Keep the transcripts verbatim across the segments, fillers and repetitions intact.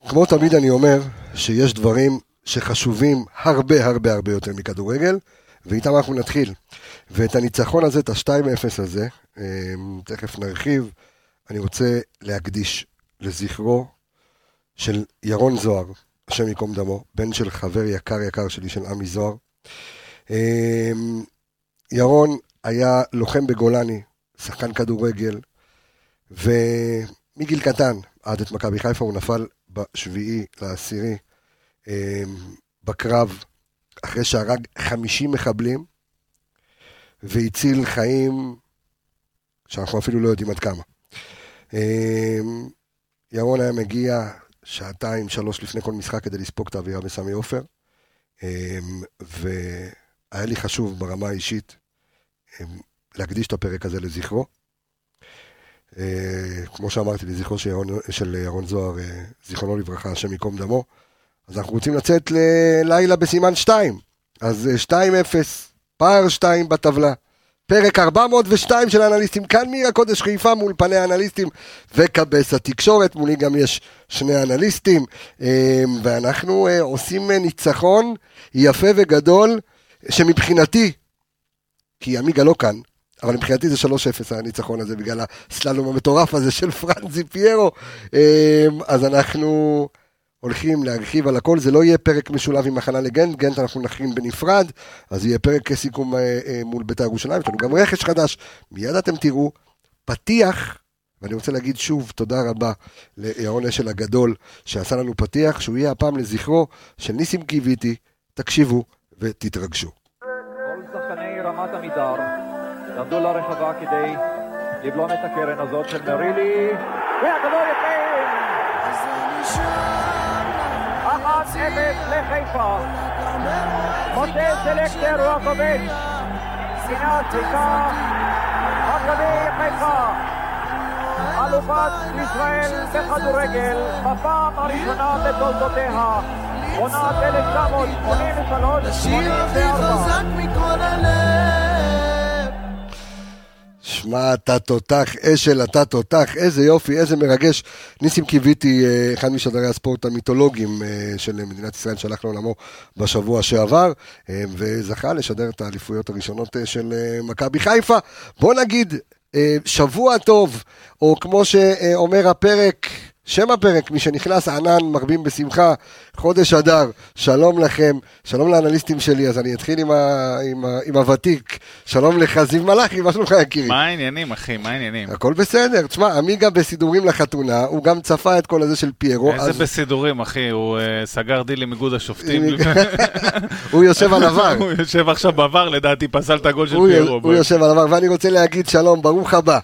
כמו תמיד אני אומר שיש דברים שחשובים הרבה הרבה הרבה יותר מכדורגל, ואיתם אנחנו נתחיל. ואת הניצחון הזה, את ה-שתיים אפס הזה, תכף נרחיב, אני רוצה להקדיש לזכרו של ירון זוהר, השם יקום דמו, בן של חבר יקר יקר שלי, של עמי זוהר. ירון היה לוחם בגולני, שחקן כדורגל, ומגיל קטן, עד את מכבי חיפה, הוא נפל בשביעי לעשירי, בקרב, אחרי שהרג חמישים מחבלים, והציל חיים, שאנחנו אפילו לא יודעים עד כמה. ירון היה מגיע שעתיים, שלוש לפני כל משחק, כדי לספוק את האווירה בסמי עופר, והיה לי חשוב ברמה האישית, להקדיש את הפרק הזה לזכרו. כמו שאמרתי, לזכרו של ירון זוהר, זיכרונו לברכה, השם יקום דמו. אז אנחנו רוצים לצאת ללילה בסימן שתיים. אז שתיים אפס, פער שתיים בטבלה. פרק ארבע מאות ושתיים של האנליסטים, כאן מעיר הקודש חיפה מול פני האנליסטים וקבס התקשורת, מולי גם יש שני אנליסטים, ואנחנו עושים ניצחון יפה וגדול, שמבחינתי, כי עמיגה לא כאן, אבל מבחינתי זה שלוש אפס הניצחון הזה, בגלל הסללום המטורף הזה של פרנזי פיירו, אז אנחנו הולכים להרחיב על הכל, זה לא יהיה פרק משולב עם הכנה לגנט, גנט אנחנו נכין בנפרד, אז יהיה פרק כסיכום מול בית"ר ירושלים, יש לנו גם רכש חדש, מיד אתם תראו, פתיח, ואני רוצה להגיד שוב תודה רבה לירון אשל הגדול, שעשה לנו פתיח, שהוא יהיה הפעם לזכרו של ניסים קיוויתי, תקשיבו ותתרגשו. כל שחקני רמת עמידר ירדו לרחבה כדי לבלום את הקרן הזאת של מרילי, והכדור יפה! אחת אפס לחיפה. משה סלקטר הוא הכובש. פינת חיפה, מכבי חיפה, אלופת ישראל בכדורגל בפעם הראשונה בתולדותיה, עונת אלף תשע מאות שמונים ושלוש שמונים וארבע. שמע, אתה תותח, אשל, אתה תותח, איזה יופי, איזה מרגש. ניסים קיוויתי, אחד משדרי הספורט המיתולוגיים של מדינת ישראל, שהלך לעולמו בשבוע שעבר, וזכה לשדר את האליפויות הראשונות של מכבי חיפה. בוא נגיד, שבוע טוב, או כמו שאומר הפרק, שם הפרק, מי שנכנס ענן מרבים בשמחה, חודש אדר, שלום לכם, שלום לאנליסטים שלי, אז אני אתחיל עם, ה, עם, ה, עם הוותיק, שלום לך זיו מלאכי, מה שלומך יקירי? מה העניינים אחי, מה העניינים? הכל בסדר, תשמע, עמיגה בסידורים לחתונה, הוא גם צפה את כל הזה של פיירו. איזה אז... בסידורים אחי, הוא uh, סגר דיל עם איגוד השופטים. הוא יושב על עבר. הוא יושב עכשיו בעבר, לדעתי פסל את הגול של הוא פיירו. הוא יושב על עבר, ואני רוצה להגיד שלום, ברוך הבא,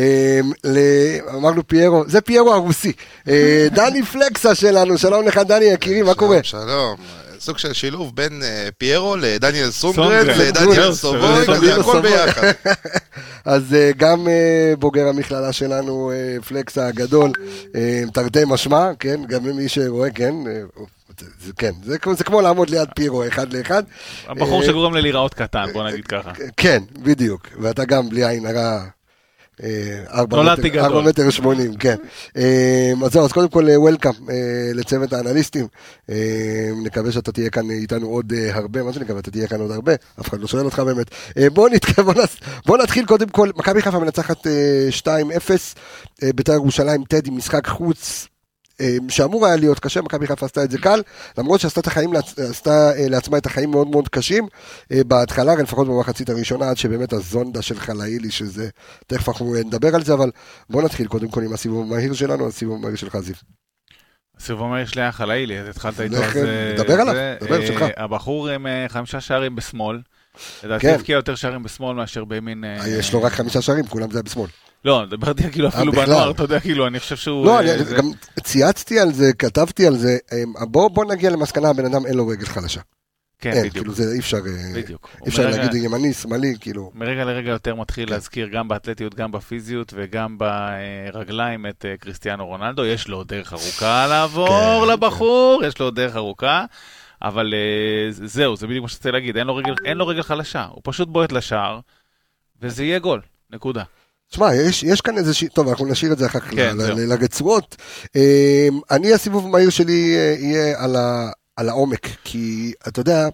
אמרנו פיירו, זה פיירו הרוסי, דני פלקסה שלנו, שלום לך דני יקירי, מה קורה? שלום, סוג של שילוב בין פיירו לדניאל סונגרן, לדניאל סובוי, כזה הכל ביחד. אז גם בוגר המכללה שלנו, פלקסה הגדול, תרתי משמע, כן, גם מי שרואה, כן, זה, כן, זה, זה כמו לעמוד ליד פירו אחד לאחד. הבחור שגורם לי להיראות קטן, בוא נגיד ככה. כן, בדיוק, ואתה גם בלי עין הרע, נולדתי גדול. ארבע מטר שמונים, כן. אז זהו, אז קודם כל, וולקאם לצוות האנליסטים. נקווה שאתה תהיה כאן איתנו עוד הרבה, מה זה נקווה? אתה תהיה כאן עוד הרבה, אף אחד לא שואל אותך באמת. בוא נתחיל קודם כל, מכבי חיפה מנצחת שתיים אפס, בית"ר ירושלים טד עם משחק חוץ, שאמור היה להיות קשה, מכבי חיפה עשתה את זה קל, למרות שעשתה את החיים, עשתה לעצמה את החיים מאוד מאוד קשים, בהתחלה, לפחות במחצית הראשונה, עד שבאמת הזונדה של חלאילי, שזה, תכף אנחנו נדבר על זה, אבל בוא נתחיל קודם כל עם הסיבוב המהיר שלנו, הסיבוב המהיר שלך זיו. הסיבוב המהיר שלי היה חלאילי, אז התחלת איתו, אז... דבר עליו, דבר שלך. הבחור עם חמישה שערים בשמאל, לדעתי הבקיע יותר שערים בשמאל מאשר בימין... יש לו רק חמישה שערים, כולם זה היה בשמאל. לא, דברתי כאילו אפילו בנוער, אתה יודע, כאילו, אני חושב שהוא... לא, אני גם צייצתי על זה, כתבתי על זה, בוא נגיע למסקנה, הבן אדם אין לו רגל חלשה. כן, בדיוק. כאילו זה אי אפשר, אי אפשר להגיד ימני, שמאלי, כאילו. מרגע לרגע יותר מתחיל להזכיר גם באתלטיות, גם בפיזיות וגם ברגליים את קריסטיאנו רונלדו. יש לו דרך ארוכה לעבור לבחור, יש לו דרך ארוכה, אבל זהו, זה בדיוק מה שצריך להגיד, אין לו רגל חלשה, הוא פשוט בועט לשער, וזה יהיה גול, נקודה. תשמע, יש, יש כאן איזושהי, טוב, אנחנו נשאיר את זה אחר כך כן, לרצועות. אני, הסיבוב המהיר שלי יהיה על, ה, על העומק, כי אתה יודע,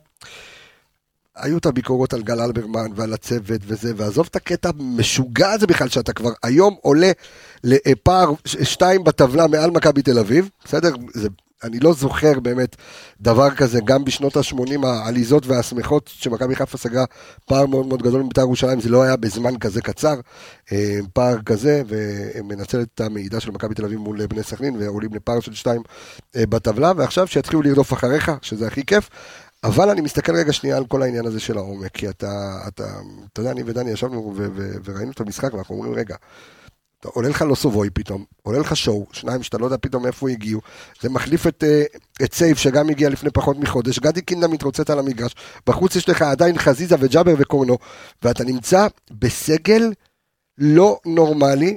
היו את הביקורות על גל אלברמן ועל הצוות וזה, ועזוב את הקטע משוגע הזה בכלל, שאתה כבר היום עולה לפער שתיים בטבלה מעל מכבי תל אביב, בסדר? זה, אני לא זוכר באמת דבר כזה, גם בשנות ה-שמונים העליזות והשמחות, שמכבי חיפה סגרה פער מאוד מאוד גדול מבית"ר ירושלים, זה לא היה בזמן כזה קצר, פער כזה, ומנצל את המידע של מכבי תל אביב מול בני סכנין, ועולים לפער של שתיים בטבלה, ועכשיו שיתחילו לרדוף אחריך, שזה הכי כיף, אבל אני מסתכל רגע שנייה על כל העניין הזה של העומק, כי אתה, אתה, אתה יודע, אני ודני ישבנו ו- ו- וראינו את המשחק, ואנחנו אומרים, רגע, עולה לך לא סובוי פתאום, עולה לך שואו, שניים שאתה לא יודע פתאום איפה הגיעו, זה מחליף את, את סייף שגם הגיע לפני פחות מחודש, גדי קינדה מתרוצץ על המגרש, בחוץ יש לך עדיין חזיזה וג'אבר וקורנו, ואתה נמצא בסגל לא נורמלי,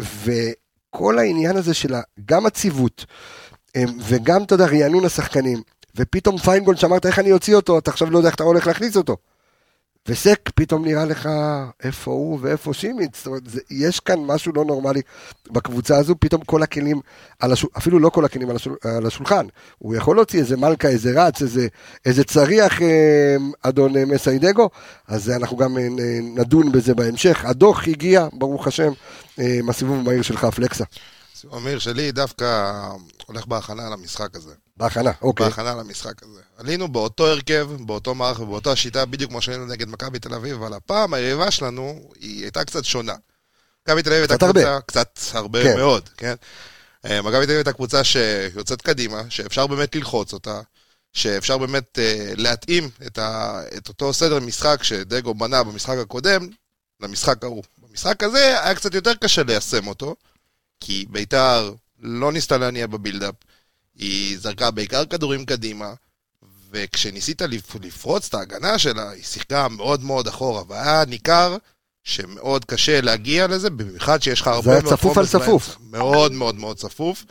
וכל העניין הזה של גם הציוות, וגם, אתה יודע, רענון השחקנים, ופתאום פיינגולד שאמרת איך אני אוציא אותו, אתה עכשיו לא יודע איך אתה הולך להכניס אותו. וסק פתאום נראה לך איפה הוא ואיפה שימיץ, זאת אומרת, זה, יש כאן משהו לא נורמלי בקבוצה הזו, פתאום כל הכלים, על השול, אפילו לא כל הכלים על, השול, על השולחן, הוא יכול להוציא איזה מלכה, איזה רץ, איזה, איזה צריח אה, אדון אה, מסיידגו, אז אנחנו גם אה, נדון בזה בהמשך. הדוח הגיע, ברוך השם, אה, מהסיבוב המהיר שלך, פלקסה. אמיר שלי דווקא הולך בהכנה למשחק הזה. בהכנה, אוקיי. בהכנה למשחק הזה. עלינו באותו הרכב, באותו מערך ובאותו השיטה, בדיוק כמו שעלינו נגד מכבי תל אביב, אבל הפעם היריבה שלנו היא הייתה קצת שונה. מכבי תל אביב הייתה קבוצה, קצת הרבה כן. מאוד, כן? מכבי תל אביב הייתה קבוצה שיוצאת קדימה, שאפשר באמת ללחוץ אותה, שאפשר באמת uh, להתאים את, ה, את אותו סדר משחק שדגו בנה במשחק הקודם, למשחק ההוא. במשחק הזה היה קצת יותר קשה ליישם אותו, כי ביתר לא ניסתה להניע בבילדאפ, היא זרקה בעיקר כדורים קדימה, וכשניסית לפרוץ את ההגנה שלה, היא שיחקה מאוד מאוד אחורה, והיה ניכר שמאוד קשה להגיע לזה, במיוחד שיש לך הרבה מאוד... זה צפוף על צפוף. מאוד מאוד מאוד צפוף.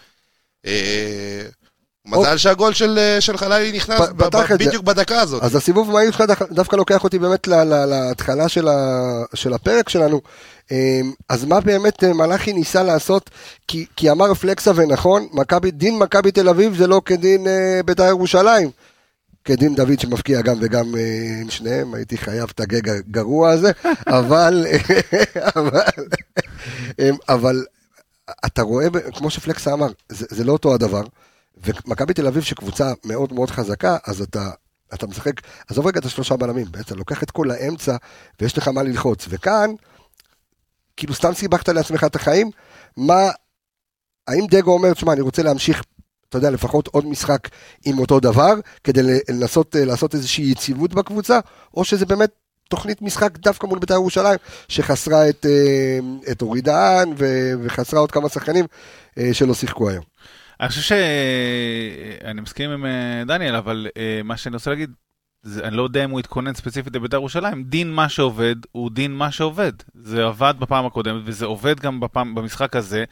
מזל שהגול של, של חלילי נכנס ב, ב, בדיוק בדקה הזאת. אז הסיבוב מהיר שלך דווקא לוקח אותי באמת להתחלה של, ה, של הפרק שלנו. אז מה באמת מלאכי ניסה לעשות? כי, כי אמר פלקסה ונכון, מכבי, דין מכבי תל אביב זה לא כדין בית"ר ירושלים. כדין דוד שמפקיע גם וגם עם שניהם, הייתי חייב את הגג הגרוע הזה, אבל, אבל, אבל אתה רואה, כמו שפלקסה אמר, זה, זה לא אותו הדבר. ומכבי תל אביב שקבוצה מאוד מאוד חזקה, אז אתה, אתה משחק, עזוב רגע את השלושה בלמים, בעצם לוקח את כל האמצע, ויש לך מה ללחוץ, וכאן, כאילו סתם סיבכת לעצמך את החיים, מה, האם דגו אומר, תשמע, אני רוצה להמשיך, אתה יודע, לפחות עוד משחק עם אותו דבר, כדי לנסות, לעשות איזושהי יציבות בקבוצה, או שזה באמת תוכנית משחק דווקא מול בית"ר ירושלים, שחסרה את, את אורידן, וחסרה עוד כמה שחקנים שלא שיחקו היום. אני חושב שאני מסכים עם דניאל, אבל מה שאני רוצה להגיד, אני לא יודע אם הוא התכונן ספציפית לבית"ר ירושלים, דין מה שעובד הוא דין מה שעובד. זה עבד בפעם הקודמת, וזה עובד גם בפעם, במשחק הזה.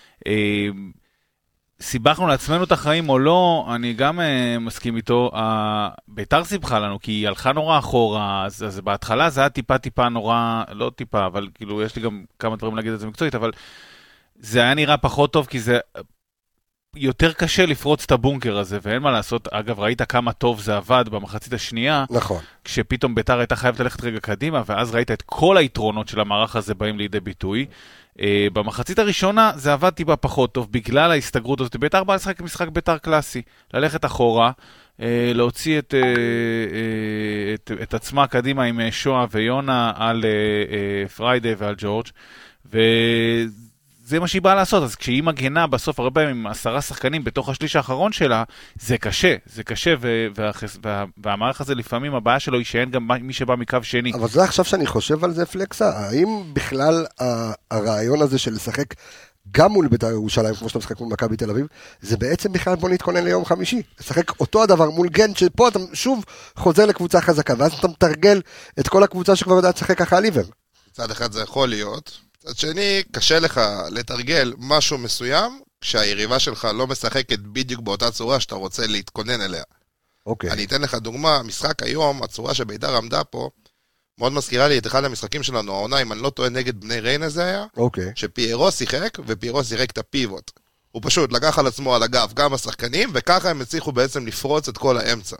סיבכנו לעצמנו את החיים או לא, אני גם מסכים איתו, בית"ר סיבכה לנו, כי היא הלכה נורא אחורה, אז, אז בהתחלה זה היה טיפה טיפה נורא, לא טיפה, אבל כאילו יש לי גם כמה דברים להגיד את זה מקצועית, אבל זה היה נראה פחות טוב, כי זה... יותר קשה לפרוץ את הבונקר הזה, ואין מה לעשות. אגב, ראית כמה טוב זה עבד במחצית השנייה, נכון. כשפתאום בית"ר הייתה חייבת ללכת רגע קדימה, ואז ראית את כל היתרונות של המערך הזה באים לידי ביטוי. במחצית הראשונה זה עבד טיפה פחות טוב, בגלל ההסתגרות הזאת. בית"ר בא לשחק משחק בית"ר קלאסי, ללכת אחורה, להוציא את, את, את עצמה קדימה עם שואה ויונה על פריידי ועל ג'ורג' ו... זה מה שהיא באה לעשות, אז כשהיא מגנה בסוף הרבה עם עשרה שחקנים בתוך השליש האחרון שלה, זה קשה, זה קשה, וה, וה, והמערך הזה לפעמים הבעיה שלו היא שאין גם מי שבא מקו שני. אבל זה עכשיו שאני חושב על זה, פלקסה, האם בכלל הרעיון הזה של לשחק גם מול בית"ר ירושלים, כמו שאתה משחק מול מכבי תל אביב, זה בעצם בכלל בוא נתכונן ליום חמישי, לשחק אותו הדבר מול גן, שפה אתה שוב חוזר לקבוצה חזקה, ואז אתה מתרגל את כל הקבוצה שכבר יודעת לשחק ככה על עיוור. מצד אחד זה יכול להיות, מצד שני, קשה לך לתרגל משהו מסוים, כשהיריבה שלך לא משחקת בדיוק באותה צורה שאתה רוצה להתכונן אליה. אוקיי. אני אתן לך דוגמה, משחק היום, הצורה שבית"ר עמדה פה, מאוד מזכירה לי את אחד המשחקים שלנו, העונה, אם אני לא טועה נגד בני ריינה זה היה, אוקיי. שפיירו שיחק, ופיירו שיחק את הפיבוט. הוא פשוט לקח על עצמו על הגב כמה שחקנים, וככה הם הצליחו בעצם לפרוץ את כל האמצע.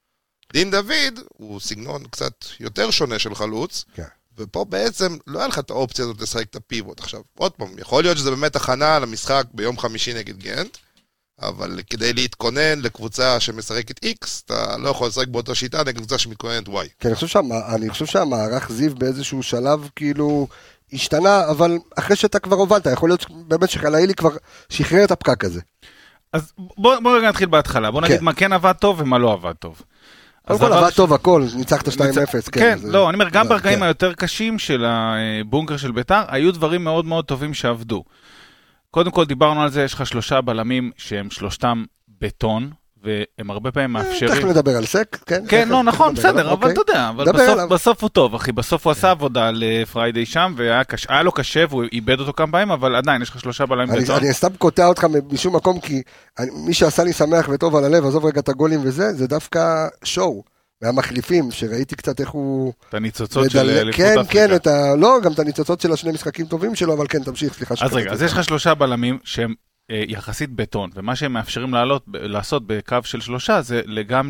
דין דוד הוא סגנון קצת יותר שונה של חלוץ, כן. ופה בעצם לא היה לך את האופציה הזאת לשחק את הפיבוט. עכשיו, עוד פעם, יכול להיות שזה באמת הכנה למשחק ביום חמישי נגד גנט, אבל כדי להתכונן לקבוצה שמשחקת X, אתה לא יכול לשחק באותה שיטה נגד קבוצה שמתכוננת Y. כן, אני חושב, שהמה, אני חושב שהמערך זיו באיזשהו שלב כאילו השתנה, אבל אחרי שאתה כבר הובלת, יכול להיות באמת שחלאילי כבר שחרר את הפקק הזה. אז בוא, בוא רגע נתחיל בהתחלה, בוא נגיד כן. מה כן עבד טוב ומה לא עבד טוב. קודם כל עבד טוב הכל, ניצחת שתיים אפס. כן, לא, אני אומר, גם ברגעים היותר קשים של הבונקר של ביתר, היו דברים מאוד מאוד טובים שעבדו. קודם כל דיברנו על זה, יש לך שלושה בלמים שהם שלושתם בטון, והם הרבה פעמים מאפשרים... תכף נדבר על סק, כן? כן, לא, נכון, בסדר, אבל אתה יודע, אבל בסוף הוא טוב, אחי, בסוף הוא עשה עבודה לפריידי שם, והיה לו קשה, והוא איבד אותו כמה פעמים, אבל עדיין, יש לך שלושה בלמים בטון. אני סתם קוטע אותך משום מקום, כי מי שעשה לי שמח וטוב על הלב, עזוב רגע את הגולים וזה, זה דווקא שואו. מהמחליפים, שראיתי קצת איך הוא... את הניצוצות של אליפות כן, אפריקה. כן, את ה... לא, גם את הניצוצות של השני משחקים טובים שלו, אבל כן, תמשיך, סליחה. אז רגע, אז יש לך שלושה בלמים שהם אה, יחסית בטון, ומה שהם מאפשרים לעלות, לעשות בקו של שלושה, זה גם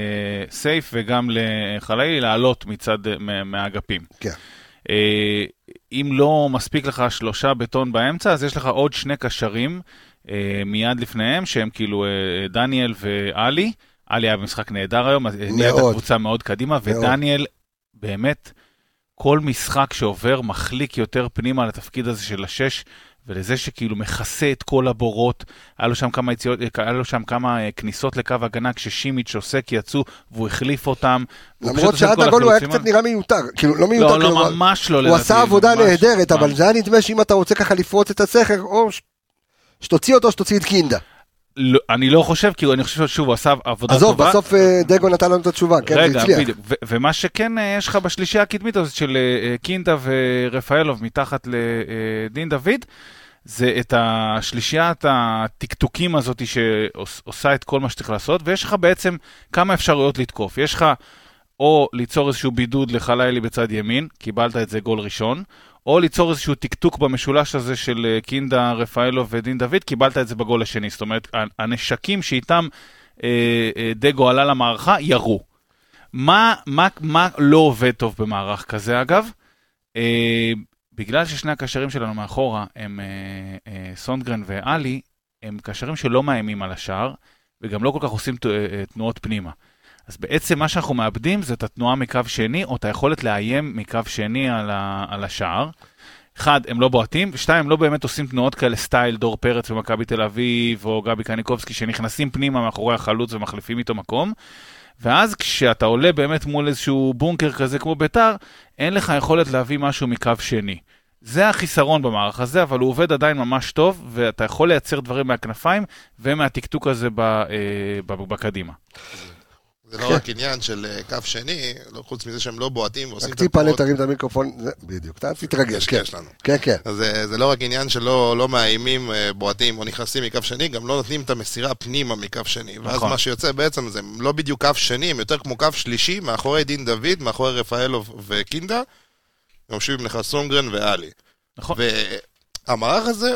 לסייף וגם לחלאילי לעלות מצד, מהאגפים. כן. אה, אם לא מספיק לך שלושה בטון באמצע, אז יש לך עוד שני קשרים אה, מיד לפניהם, שהם כאילו אה, דניאל ואלי, אלי היה במשחק נהדר היום, נהיה את הקבוצה מאוד קדימה, ודניאל באמת, כל משחק שעובר מחליק יותר פנימה לתפקיד הזה של השש, ולזה שכאילו מכסה את כל הבורות, היה לו שם כמה, יציאות, היה לו שם כמה כניסות לקו הגנה, כששימיץ' עוסק יצאו, והוא החליף אותם. למרות שעד הגול הוא היה קצת נראה מיותר, כאילו לא מיותר, לא, לא, ממש לא. הוא עשה עבודה נהדרת, אבל זה היה נדמה שאם אתה רוצה ככה לפרוץ את הסכר, או שתוציא אותו, שתוציא את קינדה. לא, אני לא חושב, כי אני חושב שוב, הוא עשה עבודה עזוב, טובה. בסוף דגו נתן לנו את התשובה, כן, רגע, זה הצליח. בדיוק, ו- ומה שכן יש לך בשלישייה הקדמית הזאת של קינדה ורפאלוב מתחת לדין דוד, זה את השלישיית הטקטוקים הזאת שעושה את כל מה שצריך לעשות, ויש לך בעצם כמה אפשרויות לתקוף. יש לך או ליצור איזשהו בידוד לחלאילי בצד ימין, קיבלת את זה גול ראשון, או ליצור איזשהו טקטוק במשולש הזה של קינדה, רפאלוב ודין דוד, קיבלת את זה בגול השני. זאת אומרת, הנשקים שאיתם אה, אה, דגו עלה למערכה, ירו. מה, מה, מה לא עובד טוב במערך כזה, אגב? אה, בגלל ששני הקשרים שלנו מאחורה, הם אה, אה, סונדגרן ואלי, הם קשרים שלא מאיימים על השער, וגם לא כל כך עושים תנועות פנימה. אז בעצם מה שאנחנו מאבדים זה את התנועה מקו שני, או את היכולת לאיים מקו שני על, ה, על השער. אחד, הם לא בועטים, ושתיים, הם לא באמת עושים תנועות כאלה סטייל דור פרץ ומכבי תל אביב, או גבי קניקובסקי, שנכנסים פנימה מאחורי החלוץ ומחליפים איתו מקום. ואז כשאתה עולה באמת מול איזשהו בונקר כזה כמו ביתר, אין לך יכולת להביא משהו מקו שני. זה החיסרון במערך הזה, אבל הוא עובד עדיין ממש טוב, ואתה יכול לייצר דברים מהכנפיים, ומהטקטוק הזה בקדימה. זה לא רק עניין של קו שני, חוץ מזה שהם לא בועטים ועושים את טיפה לתרים את המיקרופון, בדיוק, אתה תתרגש, כן. כן, כן. אז זה לא רק עניין שלא מאיימים בועטים או נכנסים מקו שני, גם לא נותנים את המסירה פנימה מקו שני, ואז מה שיוצא בעצם זה לא בדיוק קו שני, הם יותר כמו קו שלישי, מאחורי דין דוד, מאחורי רפאלוב וקינדה, ממשיכים לך סונגרן ואלי. נכון. והמערך הזה,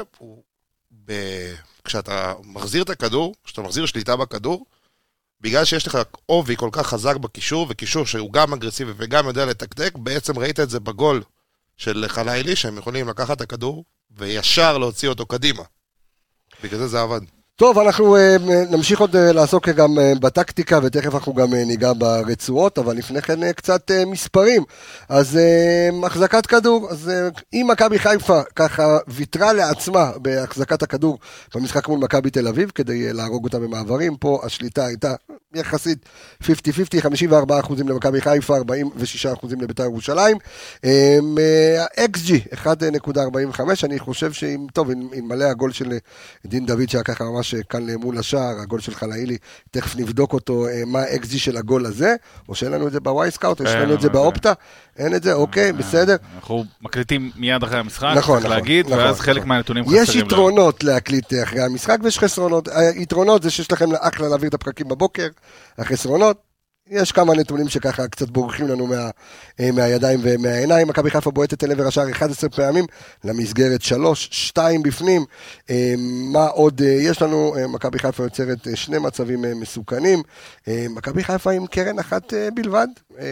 כשאתה מחזיר את הכדור, כשאתה מחזיר שליטה בכדור, בגלל שיש לך אובי כל כך חזק בקישור, וקישור שהוא גם אגרסיבי וגם יודע לתקתק, בעצם ראית את זה בגול של חלאילי, שהם יכולים לקחת את הכדור, וישר להוציא אותו קדימה. בגלל זה זה עבד. טוב, אנחנו uh, נמשיך עוד uh, לעסוק גם uh, בטקטיקה, ותכף אנחנו גם uh, ניגע ברצועות, אבל לפני כן uh, קצת uh, מספרים. אז uh, החזקת כדור, אז uh, אם מכבי חיפה ככה ויתרה לעצמה בהחזקת הכדור במשחק מול מכבי תל אביב, כדי uh, להרוג אותה במעברים, פה השליטה הייתה יחסית חמישים חמישים, חמישים וארבעה אחוזים למכבי חיפה, ארבעים ושישה אחוזים לבית"ר ירושלים. ה-אקס ג'י, אחד נקודה ארבעים וחמש, אני חושב שאם, טוב, אם מלא הגול של דין דוד שהיה ככה ממש כאן מול השער, הגול של חלאילי, תכף נבדוק אותו, מה ה-אקס ג'י של הגול הזה, או שאין לנו את זה בוואי סקאוט, או שיש לנו את זה באופטה, אין את זה, אוקיי, בסדר. אנחנו מקליטים מיד אחרי המשחק, נכון, צריך להגיד, ואז חלק מהנתונים חסרים לנו. יש יתרונות להקליט אחרי המשחק, ויש חסרונות. היתרונות זה שיש לכם אחלה להעביר את הפרקים בבוקר, החסרונות, יש כמה נתונים שככה קצת בורחים לנו מה, מהידיים ומהעיניים. מכבי חיפה בועטת אל עבר השער אחת עשרה פעמים, למסגרת שלוש, שתיים בפנים. מה עוד יש לנו? מכבי חיפה יוצרת שני מצבים מסוכנים. מכבי חיפה עם קרן אחת בלבד,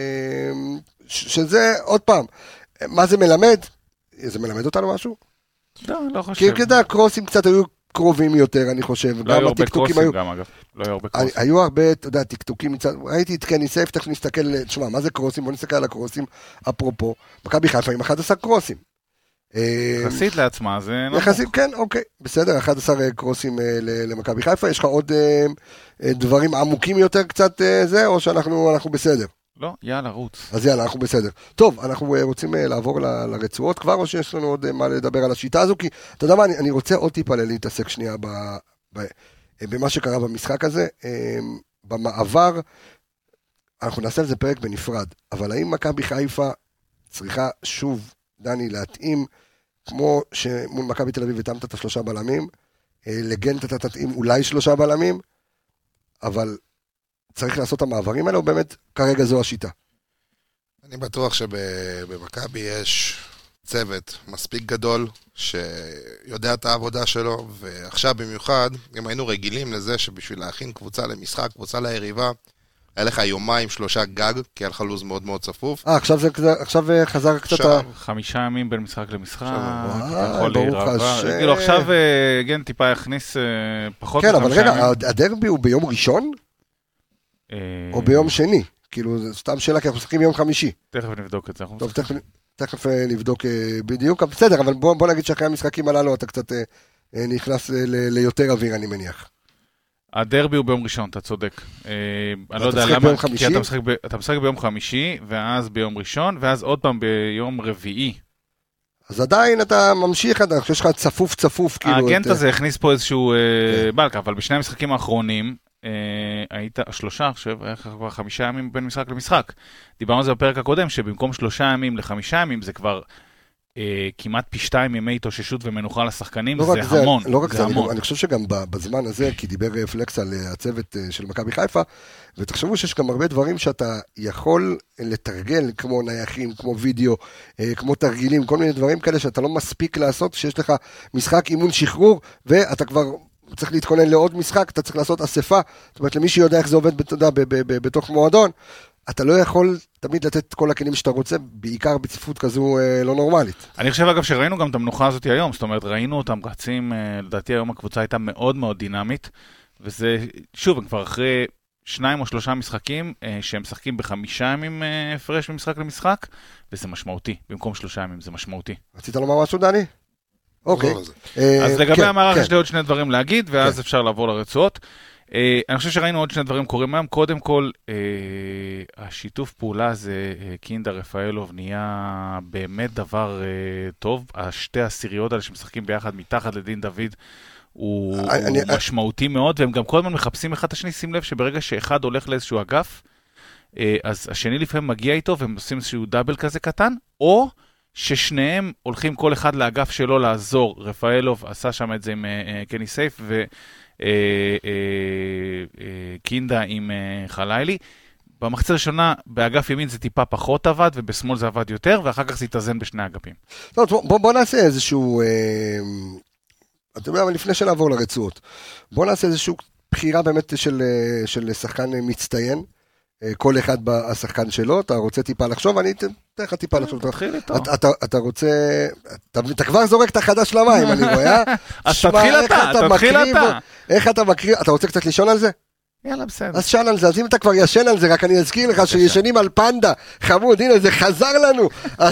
שזה עוד פעם, מה זה מלמד? זה מלמד אותנו משהו? לא, לא חושב. כי כדי הקרוסים קצת היו קרובים יותר, אני חושב. לא היו הרבה קרוסים גם, אגב. לא היו הרבה קרוסים. היו הרבה, אתה יודע, טקטוקים מצד... ראיתי את קני סייף, תכף נסתכל, תשמע, מה זה קרוסים? בוא נסתכל על הקרוסים. אפרופו, מכבי חיפה עם אחד עשר קרוסים. יחסית לעצמה, זה נמוך. יחסית, כן, אוקיי. בסדר, אחד עשר קרוסים למכבי חיפה. יש לך עוד דברים עמוקים יותר קצת זה, או שאנחנו בסדר? לא, יאללה, רוץ. אז יאללה, אנחנו בסדר. טוב, אנחנו רוצים לעבור ל- לרצועות כבר, או שיש לנו עוד מה לדבר על השיטה הזו, כי אתה יודע מה, אני, אני רוצה עוד טיפה להתעסק שנייה ב, ב, במה שקרה במשחק הזה, במעבר, אנחנו נעשה על זה פרק בנפרד, אבל האם מכבי חיפה צריכה שוב, דני, להתאים, כמו שמול מכבי תל אביב התאמת את השלושה בלמים, לגנט אתה תתאים אולי שלושה בלמים, אבל צריך לעשות את המעברים האלה, או באמת כרגע זו השיטה? אני בטוח שבמכבי יש צוות מספיק גדול, שיודע את העבודה שלו, ועכשיו במיוחד, אם היינו רגילים לזה שבשביל להכין קבוצה למשחק, קבוצה ליריבה, היה לך יומיים, שלושה גג, כי היה לך לוז מאוד מאוד צפוף. אה, עכשיו, עכשיו חזר קצת... עכשיו, חמישה ימים בין משחק למשחק, אתה יכול להירבה. כאילו, עכשיו גן טיפה יכניס פחות כן, אבל רגע, הדרבי הוא ביום ראשון? או ביום שני? כאילו, זו סתם שאלה, כי אנחנו משחקים ביום חמישי. תכף נבדוק את זה. טוב, תכף נבדוק בדיוק. בסדר, אבל בוא נגיד שאחרי המשחקים הללו אתה קצת נכנס ליותר אוויר, אני מניח. הדרבי הוא ביום ראשון, אתה צודק. אני לא יודע למה, כי אתה משחק ביום חמישי, ואז ביום ראשון, ואז עוד פעם ביום רביעי. אז עדיין אתה ממשיך, אני חושב שלך צפוף צפוף. הגנט הזה הכניס פה איזשהו בלק, אבל בשני המשחקים האחרונים, היית שלושה, עכשיו, היה כבר חמישה ימים בין משחק למשחק. דיברנו על זה בפרק הקודם, שבמקום שלושה ימים לחמישה ימים, זה כבר כמעט פי שתיים ימי התאוששות ומנוחה לשחקנים, זה המון. לא רק זה, אני חושב שגם בזמן הזה, כי דיבר פלקס על הצוות של מכבי חיפה, ותחשבו שיש גם הרבה דברים שאתה יכול לתרגל, כמו נייחים, כמו וידאו, כמו תרגילים, כל מיני דברים כאלה שאתה לא מספיק לעשות, שיש לך משחק אימון שחרור, ואתה כבר צריך להתכונן לעוד משחק, אתה צריך לעשות אספה, זאת אומרת, למי שיודע איך זה עובד בתוך מועדון, אתה לא יכול תמיד לתת כל הכלים שאתה רוצה, בעיקר בצפיפות כזו לא נורמלית. אני חושב אגב שראינו גם את המנוחה הזאת היום, זאת אומרת, ראינו אותם רצים, לדעתי היום הקבוצה הייתה מאוד מאוד דינמית, וזה, שוב, הם כבר אחרי שניים או שלושה משחקים, שהם משחקים בחמישה ימים הפרש ממשחק למשחק, וזה משמעותי, במקום שלושה ימים זה משמעותי. רצית לומר משהו, דני? אוקיי. אז לגבי המערך יש לי עוד שני דברים להגיד, ואז אפשר לעבור לרצועות. אני חושב שראינו עוד שני דברים קורים היום. קודם כל, השיתוף פעולה הזה, קינדה רפאלוב, נהיה באמת דבר טוב. השתי הסיריות האלה שמשחקים ביחד מתחת לדין דוד, הוא משמעותי מאוד, והם גם כל הזמן מחפשים אחד השני. שים לב שברגע שאחד הולך לאיזשהו אגף, אז השני לפעמים מגיע איתו, והם עושים איזשהו דאבל כזה קטן, או ששניהם הולכים כל אחד לאגף שלו לעזור. רפאלוב עשה שם את זה עם קני סייף, וקינדה עם חלילי. במחצית הראשונה, באגף ימין זה טיפה פחות עבד, ובשמאל זה עבד יותר, ואחר כך זה יתאזן בשני אגפים. טוב, בוא, בוא נעשה איזשהו, אתה יודע, אבל לפני שנעבור לרצועות, בוא נעשה איזשהו בחירה באמת של, של שחקן מצטיין, כל אחד בשחקן שלו, אתה רוצה טיפה לחשוב, אני אתן לך טיפה לחשוב. תתחיל איתו. אתה רוצה, אתה כבר זורק את החדש למים, אני רואה. אז תתחיל אתה, תתחיל אתה. איך אתה מקריא, אתה רוצה קצת לישון על זה? יאללה, בסדר. אז שאל על זה, אז אם אתה כבר ישן על זה, רק אני אזכיר לך שישנים על פנדה, חמוד, הנה זה חזר לנו.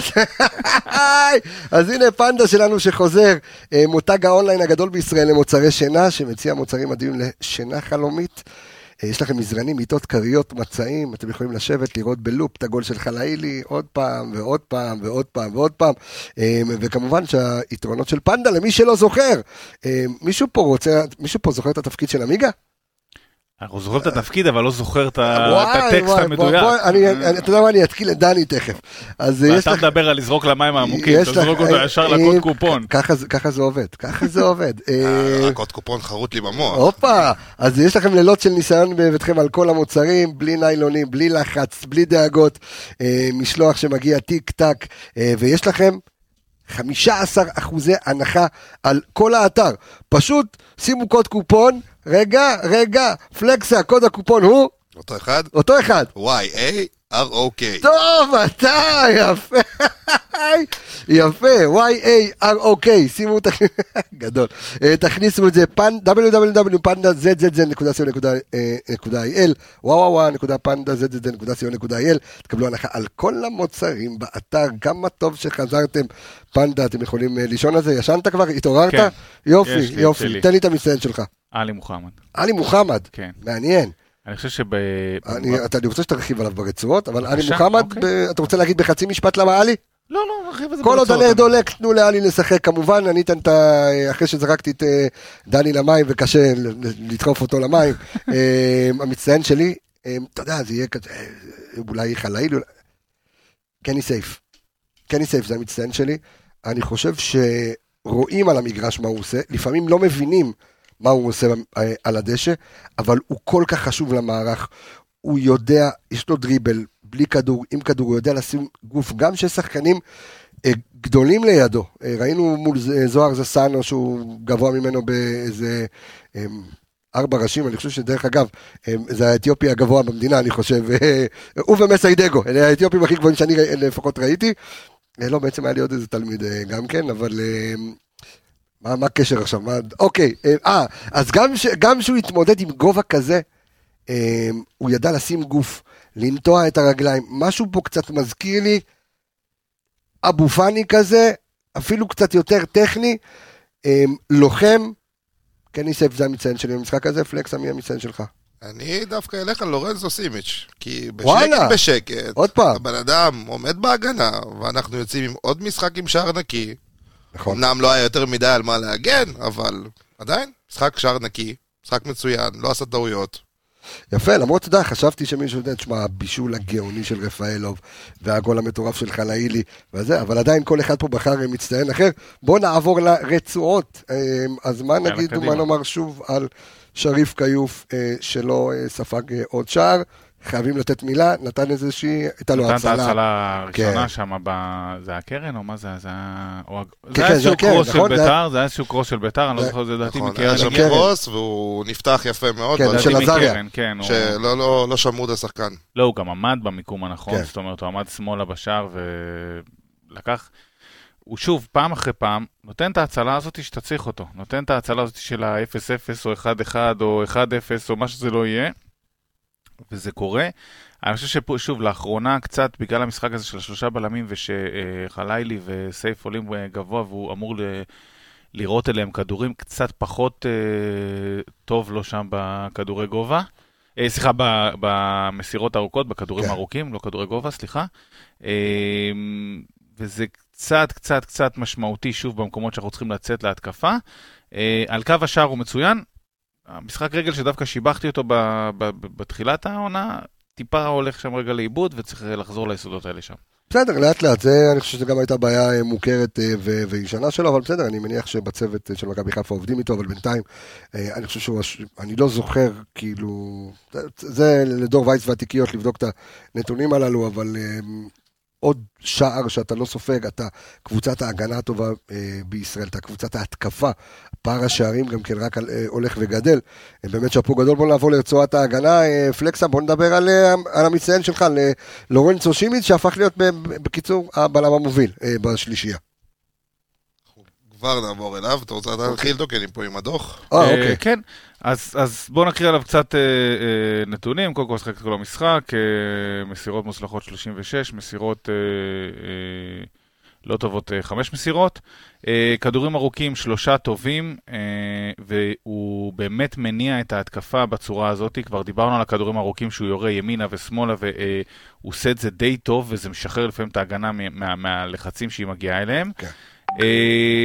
אז הנה פנדה שלנו שחוזר, מותג האונליין הגדול בישראל למוצרי שינה, שמציע מוצרים מדהים לשינה חלומית. יש לכם מזרנים, מיטות, קריות, מצעים, אתם יכולים לשבת, לראות בלופ את הגול של חלילי, עוד פעם ועוד פעם ועוד פעם ועוד פעם, וכמובן שהיתרונות של פנדה, למי שלא זוכר, מישהו פה רוצה, מישהו פה זוכר את התפקיד של אמיגה? אנחנו זוכרים את התפקיד, אבל לא זוכר את הטקסט המדויק. אתה יודע מה, אני אתקיל את דני תכף. ואתה מדבר על לזרוק למים העמוקים, אתה זרוק אותו ישר לקוד קופון. ככה זה עובד, ככה זה עובד. הקוד קופון חרוט לי במוח. הופה, אז יש לכם לילות של ניסיון בביתכם על כל המוצרים, בלי ניילונים, בלי לחץ, בלי דאגות, משלוח שמגיע טיק טק, ויש לכם חמישה עשר אחוזי הנחה על כל האתר. פשוט שימו קוד קופון, רגע, רגע, פלקסה, קוד הקופון הוא? אותו אחד? אותו אחד. וואי איי אר או קיי. טוב, אתה, יפה. יפה, וואי איי אר או קיי, שימו, גדול. תכניסו את זה, דאבליו דאבליו דאבליו נקודה פנדה זד זד זד נקודה סי או נקודה איי אל, וואו וואו נקודה פנדה זד זד זד נקודה סי או נקודה איי אל, תקבלו הנחה על כל המוצרים באתר, כמה טוב שחזרתם, פנדה, אתם יכולים לישון על זה, ישנת כבר, התעוררת? כן. יופי, יופי, תן לי את המצטיין שלך. עלי מוחמד. עלי מוחמד, כן. מעניין. אני חושב שב... אני רוצה שתרחיב עליו ברצועות, אבל עלי מוחמד, אתה רוצה להגיד בחצי משפט למה עלי? לא, לא, נרחיב את זה כל ברצועות. עוד הנרדולק, תנו לעלי לשחק, כמובן, אני אתן את ה... אחרי שזרקתי את דני למים, וקשה לדחוף אותו למים, המצטיין שלי, אתה יודע, זה יהיה כזה, אולי חלאיל, קני סייף. קני סייף זה המצטיין שלי, אני חושב שרואים על המגרש מה הוא עושה, לפעמים לא מבינים מה הוא עושה על הדשא, אבל הוא כל כך חשוב למערך, הוא יודע, יש לו דריבל, בלי כדור, עם כדור, הוא יודע לשים גוף, גם ששחקנים גדולים לידו, ראינו מול זוהר זסנו, שהוא גבוה ממנו באיזה ארבע ראשים, אני חושב שדרך אגב, זה האתיופי הגבוה במדינה, אני חושב, הוא ומסיידגו, אלה האתיופים הכי גבוהים שאני לפחות ראיתי, לא, בעצם היה לי עוד איזה תלמיד גם כן, אבל... מה, מה הקשר עכשיו? מה... אוקיי, אה, אז גם, ש... גם שהוא התמודד עם גובה כזה, אה, הוא ידע לשים גוף, לנטוע את הרגליים, משהו פה קצת מזכיר לי, אבו פני כזה, אפילו קצת יותר טכני, אה, לוחם, כן ניסף זה המצטיין שלי במשחק הזה, פלקס, מי המצטיין שלך? אני דווקא אלך על לורנזו סימיץ', כי וואלה. בשקט בשקט, עוד פעם. הבן אדם עומד בהגנה, ואנחנו יוצאים עם עוד משחק עם שער נקי, נכון. אמנם לא היה יותר מדי על מה להגן, אבל עדיין, משחק שער נקי, משחק מצוין, לא עשה טעויות. יפה, למרות תדע, חשבתי שמישהו יודע, תשמע, הבישול הגאוני של רפאלוב, והגול המטורף של חלאילי, וזה, אבל עדיין כל אחד פה בחר מצטיין אחר. בואו נעבור לרצועות. אז מה נגיד ומה נאמר שוב על שריף קיוף, שלא ספג עוד שער, חייבים לתת מילה, נתן איזושהי, הייתה לו הצלה. נתן את ההצלה הראשונה שם, זה הקרן או מה זה? זה היה איזשהו קרוס של ביתר, זה היה איזשהו קרוס של ביתר, אני לא זוכר, זה דעתי מקרן. היה שם קרוס והוא נפתח יפה מאוד. כן, של עזריה. שלא שמוד השחקן. לא, הוא גם עמד במיקום הנכון, זאת אומרת, הוא עמד שמאלה בשער ולקח, הוא שוב, פעם אחרי פעם, נותן את ההצלה הזאת שתצריך אותו, נותן את ההצלה הזאת של ה-אפס אפס או אחד אחד או אחד אפס או מה שזה לא יהיה, וזה קורה. אני חושב שפה, שוב, לאחרונה קצת, בגלל המשחק הזה של השלושה בלמים, ושחליילי וסייף עולים גבוה, והוא אמור ל... לראות אליהם כדורים, קצת פחות אה, טוב לו שם בכדורי גובה. אה, סליחה, ב- במסירות ארוכות, בכדורים כן. ארוכים, לא כדורי גובה, סליחה. אה, וזה קצת, קצת, קצת משמעותי, שוב, במקומות שאנחנו צריכים לצאת להתקפה. אה, על קו השער הוא מצוין, המשחק רגל שדווקא שיבחתי אותו ב, ב, ב, בתחילת העונה, טיפה הולך שם רגע לאיבוד, וצריך לחזור ליסודות האלה שם. בסדר, לאט לאט, זה, אני חושב שזו גם הייתה בעיה מוכרת ו- וישנה שלו, אבל בסדר, אני מניח שבצוות של מכבי חיפה עובדים איתו, אבל בינתיים, אני חושב שהוא, אני לא זוכר, כאילו, זה לדור וייס והתיקיות לבדוק את הנתונים הללו, אבל עוד שער שאתה לא סופג, אתה קבוצת ההגנה הטובה אה, בישראל, אתה קבוצת ההתקפה, פער השערים גם כן רק על, אה, הולך וגדל, אה, באמת שפו גדול. בוא נעבור לרצועת ההגנה, אה, פלקסה, בוא נדבר על, אה, על המצטיין שלך, לורנצו שימיץ, שהפך להיות ב, בקיצור הבלם המוביל אה, בשלישייה. כבר נעבור אליו, אתה רוצה להתחיל אותו, כי אני פה עם הדוח. אה, אוקיי. כן, אז, אז בואו נקריא עליו קצת אה, אה, נתונים, קודם כל שחק את כל המשחק, אה, מסירות מוצלחות שלושים ושש, מסירות אה, אה, לא טובות אה, חמש מסירות, אה, כדורים ארוכים שלושה טובים, אה, והוא באמת מניע את ההתקפה בצורה הזאת, כבר דיברנו על הכדורים ארוכים שהוא יורה ימינה ושמאלה, והוא אה, עושה את זה די טוב, וזה משחרר לפעמים את ההגנה מה, מה, מהלחצים שהיא מגיעה אליהם. כן.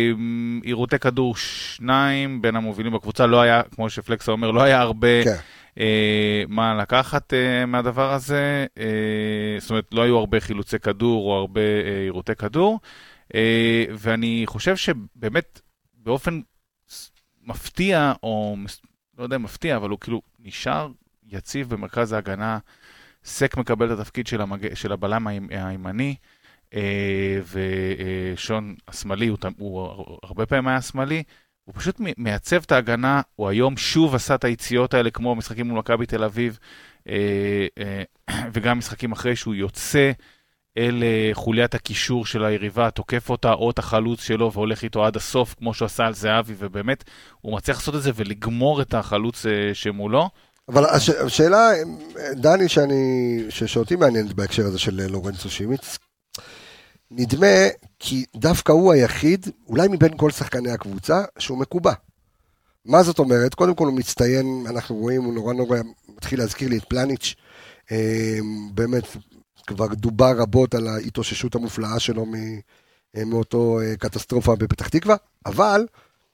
עירותי כדור שניים בין המובילים בקבוצה, לא היה, כמו שפלקסה אומר, לא היה הרבה מה לקחת מהדבר הזה? זאת אומרת, לא היו הרבה חילוצי כדור או הרבה עירותי כדור, ואני חושב שבאמת באופן מפתיע, או לא יודע מפתיע, אבל הוא כאילו נשאר יציב במרכז ההגנה. סק מקבל את התפקיד של, המג... של הבלם הימני, ושון השמאלי, הוא, הוא הרבה פעמים היה השמאלי, הוא פשוט מייצב את ההגנה, הוא היום שוב עשה את היציאות האלה, כמו משחקים מול מכבי תל אביב, וגם משחקים אחרי שהוא יוצא אל חוליית הקישור של היריבה, תוקף אותה או את החלוץ שלו, והולך איתו עד הסוף, כמו שהוא עשה על זהבי, ובאמת הוא מצליח לעשות את זה ולגמור את החלוץ שמולו. אבל הש... השאלה, דני, שאני, שאותי מעניינת בהקשר הזה של לורנצו שימיץ, נדמה כי דווקא הוא היחיד, אולי מבין כל שחקני הקבוצה, שהוא מקובע. מה זאת אומרת? קודם כל הוא מצטיין, אנחנו רואים, הוא נורא נורא מתחיל להזכיר לי את פלניץ', באמת כבר דובר רבות על ההתאוששות המופלאה שלו מאותו קטסטרופה בפתח תקווה, אבל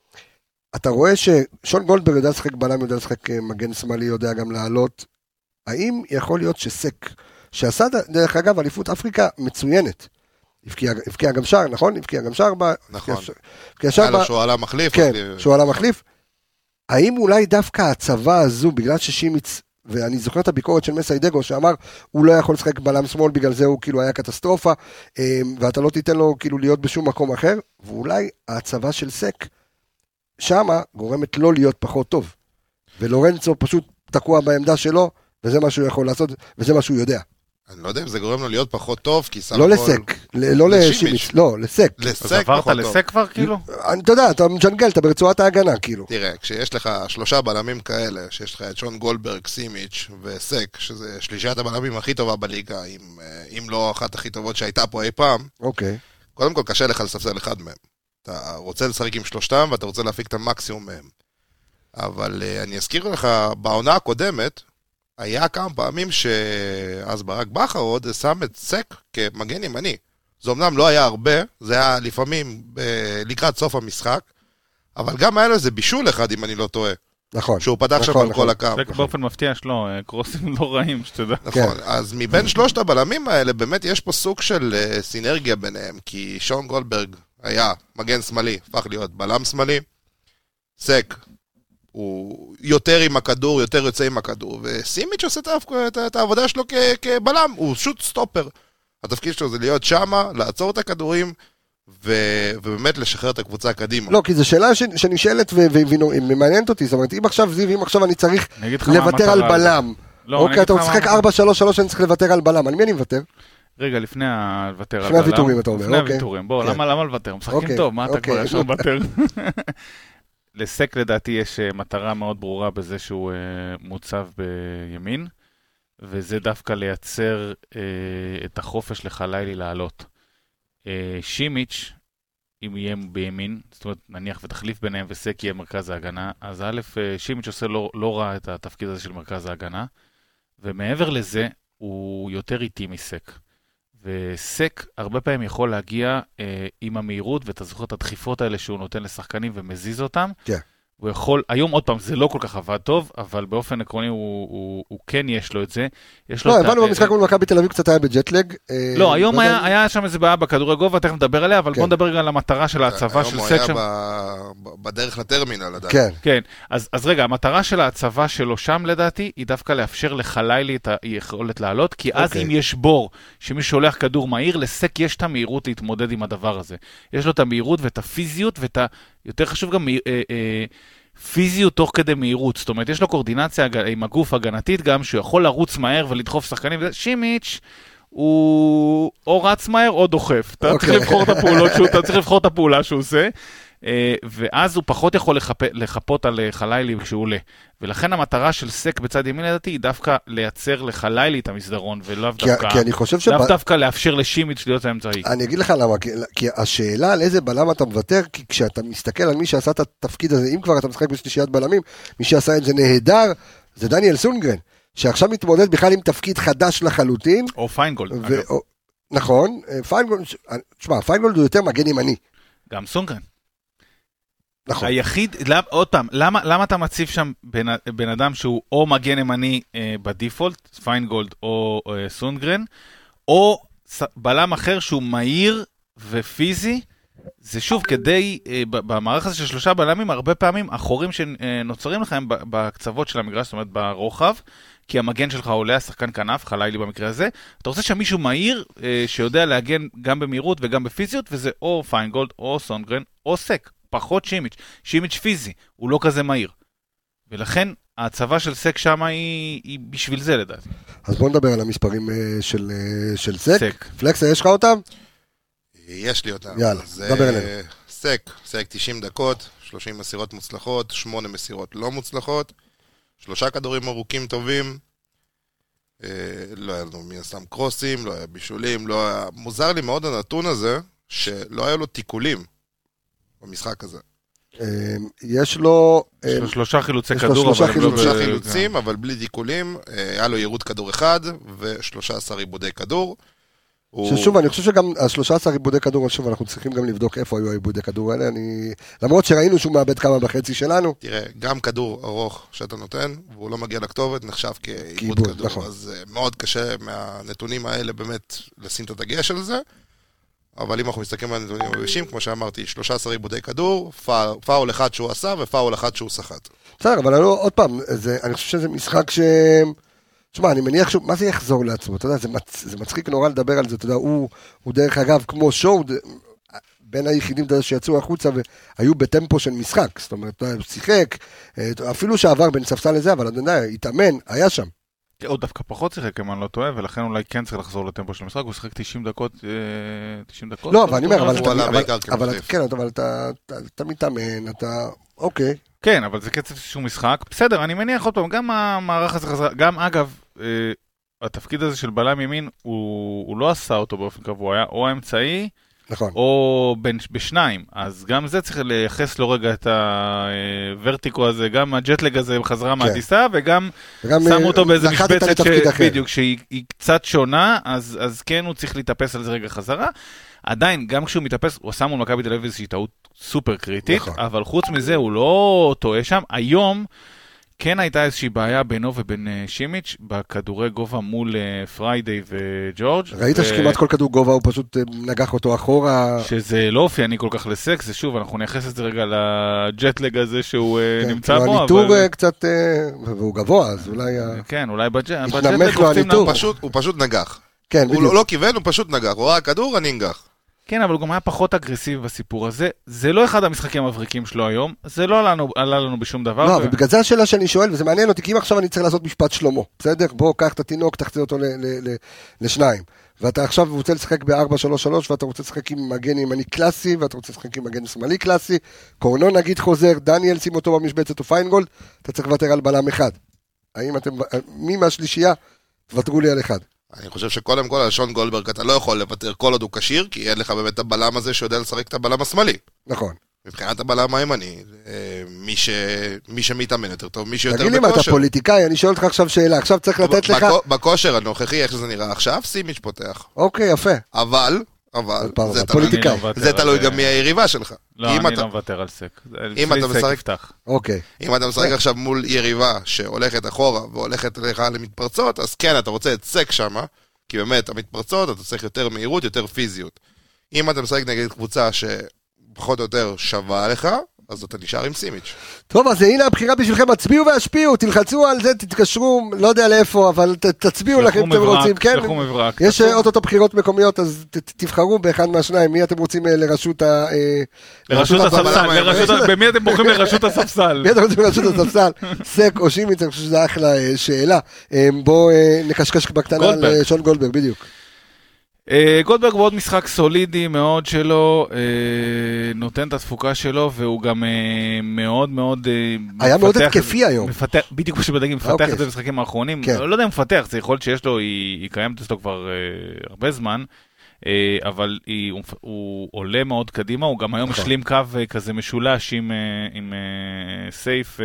אתה רואה ששון גולדברג יודע לשחק בלם, יודע לשחק מגן שמאלי, יודע גם לעלות. האם יכול להיות שסק, שעשה דרך אגב אליפות אפריקה מצוינת, הבקיע גם שער, נכון? הבקיע גם שער. נכון. היה לו שועלה מחליף. כן, שועלה מחליף. האם אולי דווקא הצבא הזו, בגלל ששימיץ, ואני זוכר את הביקורת של מסיידגו, שאמר, הוא לא יכול לשחק בלם שמאל, בגלל זה הוא כאילו היה קטסטרופה, ואתה לא תיתן לו כאילו להיות בשום מקום אחר, ואולי הצבא של סק, שמה גורמת לא להיות פחות טוב, ולורנצו פשוט תקוע בעמדה שלו, וזה מה שהוא יכול לעשות, וזה מה שהוא יודע. אני לא יודע אם זה גורם לו להיות פחות טוב, כי סך לא לסק, לא לשימיץ, לא, לסק. אז עברת לסק כבר כאילו? אתה יודע, אתה מג'נגל, אתה ברצועת ההגנה כאילו. תראה, כשיש לך שלושה בלמים כאלה, שיש לך את שון גולדברג, סימיץ' וסק, שזה שלישת הבלמים הכי טובה בליגה, אם לא אחת הכי טובות שהייתה פה אי פעם, אוקיי. קודם כל קשה לך לספסל אחד מהם. אתה רוצה לשחק עם שלושתם, ואתה רוצה להפיק את המקסימום מהם. אבל uh, אני אזכיר לך, בעונה הקודמת, היה כמה פעמים שאז ברק בכר עוד שם את סק כמגן ימני. זה אמנם לא היה הרבה, זה היה לפעמים ב- לקראת סוף המשחק, אבל גם היה לו איזה בישול אחד, אם אני לא טועה. נכון. שהוא פתח שם על כל הקו. סק באופן מפתיע שלו, קרוסים לא רעים, שתדע. נכון, אז מבין שלושת הבלמים האלה, באמת יש פה סוג של uh, סינרגיה ביניהם, כי שון גולדברג היה מגן שמאלי, הפך להיות בלם שמאלי, סק הוא יותר עם הכדור, יותר יוצא עם הכדור, וסימיץ' עושה את העבודה שלו כבלם, הוא שוט סטופר. התפקיד שלו זה להיות שמה, לעצור את הכדורים, ובאמת לשחרר את הקבוצה קדימה. לא, כי זו שאלה שנשאלת ומעניינת אותי, זאת אומרת, אם עכשיו זיו, אם עכשיו אני צריך לוותר על בלם, אוקיי, אתה משחק ארבע שלוש שלוש, אני צריך לוותר על בלם, על מי אני מוותר? רגע, לפני הוותר על בלם. לפני הוויתורים, אתה אומר. לפני הוויתורים. בוא, למה לוותר? משחקים טוב, מה אתה כבר יש לוותר? לסק לדעתי יש מטרה מאוד ברורה בזה שהוא מוצב בימין, וזה דווקא לייצר את החופש לחלילי לעלות. שימיץ', אם יהיה בימין, זאת אומרת, נניח ותחליף ביניהם וסק יהיה מרכז ההגנה, אז א', שימיץ' עושה לא, לא רע את התפקיד הזה של מרכז ההגנה, ומעבר לזה, הוא יותר איטי מסק. וסק הרבה פעמים יכול להגיע אה, עם המהירות, ואתה זוכר את הדחיפות האלה שהוא נותן לשחקנים ומזיז אותם. כן. הוא יכול, היום עוד פעם, זה לא כל כך עבד טוב, אבל באופן עקרוני הוא, הוא, הוא כן יש לו את זה. יש לא, לו הבנו במשחק מול מכבי תל אביב קצת היה בג'טלג. לא, היום היה, היה שם איזה בעיה בכדורי גובה, תכף נדבר עליה, אבל בוא נדבר רגע על המטרה של ההצבה של סק. היום הוא היה בדרך לטרמינל, עדיין. כן. כן, אז, אז רגע, המטרה של ההצבה שלו שם, לדעתי, היא דווקא לאפשר לחלילי את היכולת לעלות, כי אז אם יש בור, שמי שולח כדור מהיר, לסק יש את המהירות להתמודד עם הדבר הזה. יש לו את המהירות ואת הפיזיות, ואת ה... יותר חשוב גם... פיזיות תוך כדי מהירות, זאת אומרת, יש לו קורדינציה עם הגוף הגנתית גם, שהוא יכול לרוץ מהר ולדחוף שחקנים, שימיץ' הוא או רץ מהר או דוחף, אתה צריך לבחור את הפעולות שהוא, אתה צריך לבחור את הפעולה שהוא עושה, ואז הוא פחות יכול לחפות על חלילי כשהוא עולה, ולכן המטרה של סק בצד ימין לדעתי היא דווקא לייצר לחלילי את המסדרון, ולאו דווקא לאפשר לשימיץ' להיות האמצעי. אני אגיד לך למה, כי השאלה על איזה בלם אתה מוותר, כי כשאתה מסתכל על מי שעשה את התפקיד הזה, אם כבר אתה משחק בשלישיית בלמים, מי שעשה את זה נהדר, זה דניאל סונגרן, שעכשיו מתמודד בכלל עם תפקיד חדש לחלוטין. או פיינגולד. נכון, פיינגולד, תשמע, פיינגולד הוא יותר מגן ימני. גם סונגרן. נכון. היחיד, למ, עוד פעם, למה, למה אתה מציב שם בן, בן אדם שהוא או מגן ימני אה, בדיפולט, פיינגולד או אה, סונגרן, או בלם אחר שהוא מהיר ופיזי, זה שוב, כדי, אה, במערך הזה של שלושה בלמים, הרבה פעמים החורים שנוצרים לכם בקצוות של המגרש, זאת אומרת ברוחב, כי המגן שלך עולה, השחקן כנף, חלילי במקרה הזה, אתה רוצה שם מישהו מהיר, אה, שיודע להגן גם במהירות וגם בפיזיות, וזה או פיינגולד, או סונגרן, או סק, פחות שימיץ', שימיץ' פיזי, הוא לא כזה מהיר. ולכן, ההצבה של סק שם היא, היא בשביל זה לדעתי. אז בוא נדבר על המספרים של, של סק. סק. פלקסה, יש לך אותם? יש לי אותם. יאללה, דבר אלינו. סק, סק תשעים דקות, שלושים מסירות מוצלחות, שמונה מסירות לא מוצלחות, שלושה כדורים ארוכים טובים, אה, לא היה לנו מן הסתם קרוסים, לא היה בישולים, לא היה... מוזר לי מאוד הנתון הזה, שלא היה לו תיקולים במשחק הזה. יש לו... שלושה חילוצי כדור, שלושה חילוצים, אבל בלי תיקולים, היה לו ירות כדור אחד, ו-שלושה עשר עיבודי כדור. ששוב, אני חושב שגם ה-שלושה עשר עיבודי כדור, שוב, אנחנו צריכים גם לבדוק איפה היו העיבודי כדור האלה, אני... למרות שראינו שהוא מאבד כמה בחצי שלנו. תראה, גם כדור ארוך שאתה נותן, והוא לא מגיע לכתובת, נחשב כעיבוד כדור. נכון. אז מאוד קשה מהנתונים האלה באמת לשים את הדגש על זה. אבל אם אנחנו מסתכלים על נתונים מבישים, כמו שאמרתי, שלושה עשר עיבודי כדור, פאול אחד שהוא עשה ופאול אחד שהוא שחט. בסדר, אבל אני, עוד פעם, זה, אני חושב שזה משחק ש... תשמע, אני מניח שהוא, מה זה יחזור לעצמו? אתה יודע, זה, מצ... זה מצחיק נורא לדבר על זה, אתה יודע, הוא, הוא דרך אגב, כמו שואו, בין היחידים שיצאו החוצה והיו בטמפו של משחק, זאת אומרת, הוא שיחק, אפילו שעבר בין ספסל לזה, אבל אתה יודע, התאמן, היה שם. עוד דווקא פחות שיחק, אם אני לא טועה, ולכן אולי כן צריך לחזור לטמפו של המשחק, הוא שיחק תשעים דקות, תשעים דקות. לא, אבל אני אומר, אבל כן, אבל אתה מתאמן, אתה, אוקיי. כן, אבל זה קצב שהוא משחק. בסדר, אני מניח עוד פעם, גם המערך הזה חזרה, גם אגב, התפקיד הזה של בלם ימין, הוא לא עשה אותו באופן קבוע, היה או האמצעי, נכון. או בין, בשניים, אז גם זה צריך לייחס לו רגע את הוורטיקו הזה, גם הג'טלג הזה חזרה כן. מהטיסה, וגם, וגם שמו אותו באיזה משבצת ש... בדיוק, שהיא קצת שונה, אז, אז כן הוא צריך להתאפס על זה רגע חזרה. עדיין, גם כשהוא מתאפס, הוא עשה מול מכבי תל אביב איזושהי טעות סופר קריטית, נכון. אבל חוץ מזה הוא לא טועה שם. היום כן הייתה איזושהי בעיה בינו ובין שימיץ' בכדורי גובה מול פריידי וג'ורג'. ראית ו... שכמעט כל כדור גובה הוא פשוט נגח אותו אחורה. שזה לא אופייני כל כך לסקס, זה שוב, אנחנו נייחס את זה רגע לג'טלג הזה שהוא כן, נמצא בו. הניטור אבל... קצת, והוא גבוה, אז אולי... כן, אולי בג'טלג. התנמך לו הניטור. הוא פשוט נגח. כן, הוא לא, לא כיוון, הוא פשוט נגח. הוא ראה הכדור, אני נגח. כן, אבל הוא גם היה פחות אגרסיבי בסיפור הזה. זה לא אחד המשחקים המבריקים שלו היום. זה לא עלה לנו, עלה לנו בשום דבר. לא, ו... ובגלל זה השאלה שאני שואל, וזה מעניין אותי, כי אם עכשיו אני צריך לעשות משפט שלמה, בסדר? בוא, קח את התינוק, תחצה אותו ל- ל- ל- לשניים. ואתה עכשיו רוצה לשחק ב-ארבע שלוש שלוש, ואתה רוצה לשחק עם מגן ימני קלאסי, ואתה רוצה לשחק עם מגן שמאלי קלאסי, קורנו נגיד חוזר, דניאל שים אותו במשבצת או פיינגולד, אתה צריך לוותר על בלם אחד. האם אתם, מי מהשלישייה, תוותרו לי על אחד. אני חושב שקודם כל על שון גולדברג אתה לא יכול לוותר כל עוד הוא קשיר, כי אין לך באמת את הבלם הזה שיודע לשחק את הבלם השמאלי. נכון. מבחינת הבלם הימני, מי, ש... מי שמתאמן יותר טוב, מי שיותר בכושר. תגיד לי מה, אתה פוליטיקאי, אני שואל אותך עכשיו שאלה, עכשיו צריך לתת לך... בכושר הנוכחי, איך שזה נראה עכשיו, סימיץ' פותח. אוקיי, יפה. אבל, אבל, זה פוליטיקאי. זה תלוי גם מי היריבה שלך. לא, אני לא מוותר על סק. אם אתה משחק... אוקיי. אם אתה משחק עכשיו מול יריבה שהולכת אחורה והולכת לך למתפרצות, אז כן, אתה רוצה את סק שמה, כי באמת, המתפרצות, אתה צריך יותר מהירות, יותר פיזיות. אם אתה משחק נגד קבוצה שפחות או יותר שווה לך, אז אתה נשאר עם סימיץ'. טוב, אז הנה הבחירה בשבילכם, הצביעו והשפיעו, תלחצו על זה, תתקשרו, לא יודע לאיפה, אבל תצביעו לכם אם אתם רוצים. שלחו מברק. יש אוטוטו בחירות מקומיות, אז תבחרו באחד מהשניים, מי אתם רוצים לרשות ה... לרשות הספסל, במי אתם בוחרים לרשות הספסל? מי אתם רוצים לרשות הספסל? סק או שימיץ, אני חושב שזה אחלה שאלה. בואו נקשקש בקטנה על שון גולדברג, בדיוק. גולדברג הוא עוד משחק סולידי מאוד שלו, נותן את התפוקה שלו, והוא גם מאוד מאוד... היה מאוד התקפי היום. בדיוק כמו שבדגים, מפתח את זה במשחקים האחרונים. לא יודע אם מפתח, זה יכול להיות שיש לו, היא קיימת אצלו כבר הרבה זמן, אבל הוא עולה מאוד קדימה, הוא גם היום משלים קו כזה משולש עם סייף...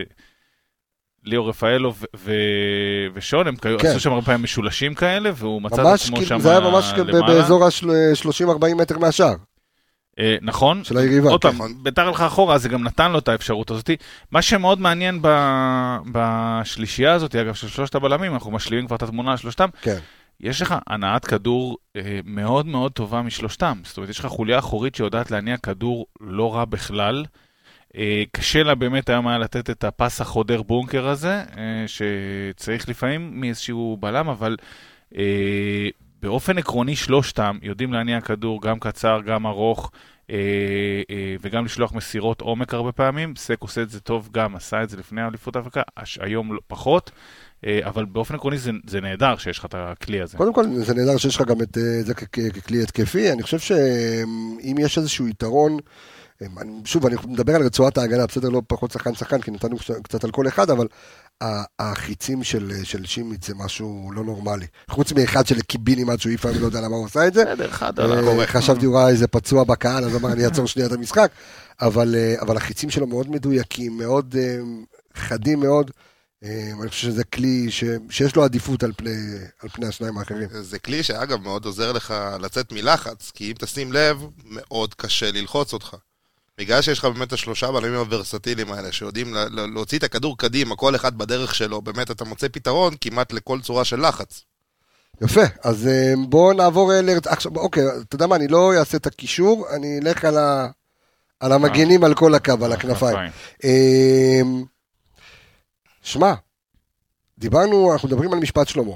ליאור רפאלו ושון, הם עשו שם הרבה פעמים משולשים כאלה, והוא מצא את עצמו שם למעלה. זה היה ממש באזור ה-שלושים ארבעים מטר מהשאר. נכון, של היריבה. עוד פעם, ביתר הלכה אחורה, זה גם נתן לו את האפשרות הזאת. מה שמאוד מעניין בשלישייה הזאת, אגב, של שלושת הבלמים, אנחנו משלימים כבר את התמונה על שלושתם, כן. יש לך הנעת כדור מאוד מאוד טובה משלושתם. זאת אומרת, יש לך חוליה אחורית שיודעת להניע כדור לא רע בכלל. קשה לה באמת היום היה לתת את הפס החודר בונקר הזה, שצריך לפעמים מאיזשהו בלם, אבל באופן עקרוני שלושתם יודעים להניע כדור גם קצר, גם ארוך, וגם לשלוח מסירות עומק הרבה פעמים. סק עושה את זה טוב גם, עשה את זה לפני האליפות אפריקה, היום פחות, אבל באופן עקרוני זה, זה נהדר שיש לך את הכלי הזה. קודם כל זה נהדר שיש לך גם את זה ככלי התקפי. אני חושב שאם יש איזשהו יתרון, שוב, אני מדבר על רצועת ההגנה, בסדר, לא פחות שחקן שחקן, כי נתנו קצת על כל אחד, אבל החיצים של, של שימיץ זה משהו לא נורמלי. חוץ מאחד של קיבינים עד שהוא איפה, אני לא יודע למה הוא עושה את זה. חשבתי הוא ראה איזה פצוע בקהל, אז אמר, אני אעצור שנייה את המשחק, אבל, אבל החיצים שלו מאוד מדויקים, מאוד חדים מאוד. אני חושב שזה כלי ש... שיש לו עדיפות על פני, על פני השניים האחרים. זה כלי שאגב מאוד עוזר לך לצאת מלחץ, כי אם תשים לב, מאוד קשה ללחוץ אותך. בגלל שיש לך באמת השלושה בלמים הוורסטיליים האלה, שיודעים להוציא את הכדור קדימה, כל אחד בדרך שלו, באמת אתה מוצא פתרון כמעט לכל צורה של לחץ. יפה, אז בואו נעבור לרצ... עכשיו, אוקיי, אתה יודע מה, אני לא אעשה את הקישור, אני אלך על, ה... על המגנים על כל הקו, על הכנפיים. שמע, דיברנו, אנחנו מדברים על משפט שלמה.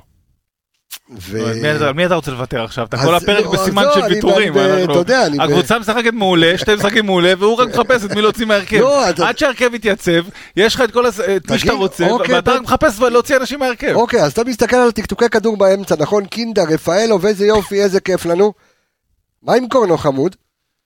על מי אתה רוצה לוותר עכשיו? אתה כל הפרק בסימן של ויתורים. הקבוצה משחקת מעולה, שתי משחקים מעולה, והוא רק מחפש את מי להוציא מהרכב. עד שהרכב יתייצב, יש לך את כל מי שאתה רוצה, ואתה מחפש להוציא אנשים מהרכב. אוקיי, אז אתה מסתכל על תקתוקי כדור באמצע, נכון? קינדה, רפאלוב, איזה יופי, איזה כיף לנו. מה עם קורנו חמוד?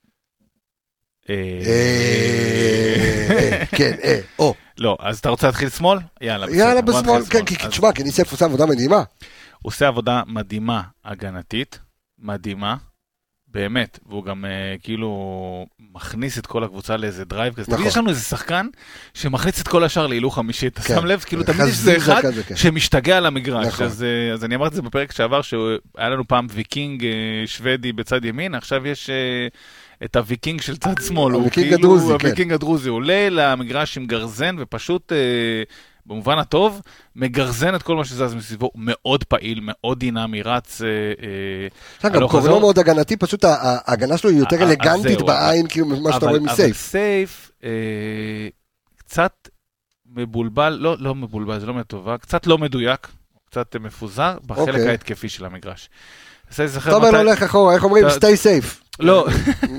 כן, אה, או. לא, אז אתה רוצה להתחיל שמאל? יאללה, בסדר. יאללה, בשמאל, כן, כי תשמע, כי ניסף עושה עבודה מדהימה. הוא עושה עבודה מדהימה הגנתית, מדהימה, באמת, והוא גם uh, כאילו מכניס את כל הקבוצה לאיזה דרייב כזה. נכון. יש לנו איזה שחקן שמכניס את כל השאר להילוך חמישית. אתה כן. שם לב, כאילו תמיד יש זה אחד כזה, כן. שמשתגע על המגרש. נכון. אז, uh, אז אני אמרתי את זה בפרק שעבר, שהיה לנו פעם ויקינג uh, שוודי בצד ימין, עכשיו יש uh, את הוויקינג של צד שמאל. הוויקינג כאילו, הדרוזי, כן. הוויקינג הדרוזי עולה למגרש עם גרזן, ופשוט... Uh, במובן הטוב, מגרזן את כל מה שזז מסביבו, מאוד פעיל, מאוד דינמי, רץ... גם קורנו מאוד הגנתי, פשוט ההגנה שלו היא יותר אלגנטית בעין, כאילו מה שאתה רואה מסייף. אבל סייף קצת מבולבל, לא מבולבל, זה לא טובה, קצת לא מדויק, קצת מפוזר, בחלק ההתקפי של המגרש. אתה אומר לא הולך אחורה, איך אומרים? stay safe. לא.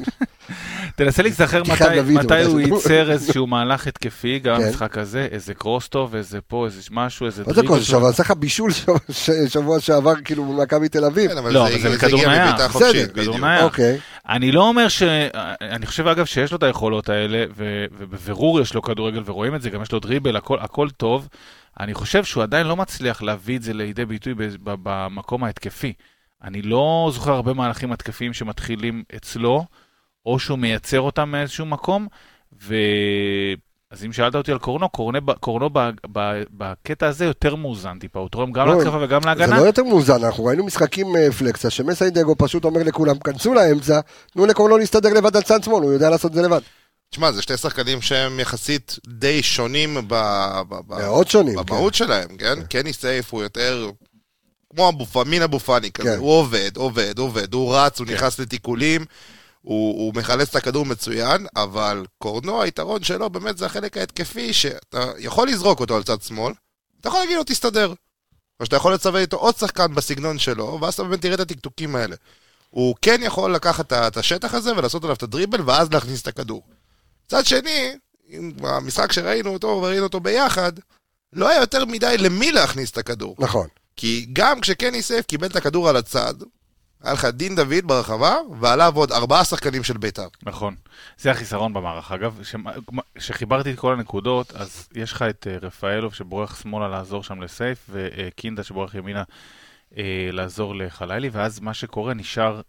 תנסה להיזכר מתי הוא ייצר איזשהו מהלך התקפי, גם במשחק הזה, איזה קרוסטוב, איזה פה, איזה משהו, איזה דריבל. מה זה קרוסטוב? אבל צריך בישול שבוע שעבר כאילו במכבי תל אביב. לא, אבל זה כדור נייח. כדור נייח. אני לא אומר ש... אני חושב אגב שיש לו את היכולות האלה, ובבירור יש לו כדורגל ורואים את זה, גם יש לו דריבל, הכל טוב. אני חושב שהוא עדיין לא מצליח להביא את זה לידי ביטוי במקום ההתקפי. אני לא זוכר הרבה מהלכים התקפיים שמתחילים אצלו, או שהוא מייצר אותם מאיזשהו מקום, ו... אז אם שאלת אותי על קורנו, קורנו, קורנו ב, ב, בקטע הזה יותר מאוזן טיפה, הוא תורם גם לא, להתקפה וגם להגנה. זה לא יותר מאוזן, אנחנו ראינו משחקים פלקסה, שמסיידגו פשוט אומר לכולם, כנסו לאמצע, תנו לקורנו להסתדר לבד על צד שמאל, הוא יודע לעשות את זה לבד. תשמע, זה שתי שחקנים שהם יחסית די שונים ב... מאוד שונים, במהות כן. שלהם, כן? קני סייף הוא יותר... כמו מין הבופני כזה, כן. הוא עובד, עובד, עובד, הוא רץ, הוא כן. נכנס לתיקולים, הוא, הוא מחלץ את הכדור מצוין, אבל קורנו, היתרון שלו באמת זה החלק ההתקפי, שאתה יכול לזרוק אותו על צד שמאל, אתה יכול להגיד לו תסתדר, או שאתה יכול לצווה איתו עוד שחקן בסגנון שלו, ואז אתה באמת תראה את הטקטוקים האלה. הוא כן יכול לקחת את השטח הזה ולעשות עליו את הדריבל, ואז להכניס את הכדור. צד שני, במשחק שראינו אותו, וראינו אותו ביחד, לא היה יותר מדי למי להכניס את הכדור. נכון. כי גם כשקני סייף קיבל את הכדור על הצד, היה לך דין דוד ברחבה, ועליו עוד ארבעה שחקנים של בית"ר. נכון. זה החיסרון במערך. אגב, שחיברתי את כל הנקודות, אז יש לך את רפאלוב שבורח שמאלה לעזור שם לסייף, וקינדה שבורח ימינה לעזור לחלילי, ואז מה שקורה נשאר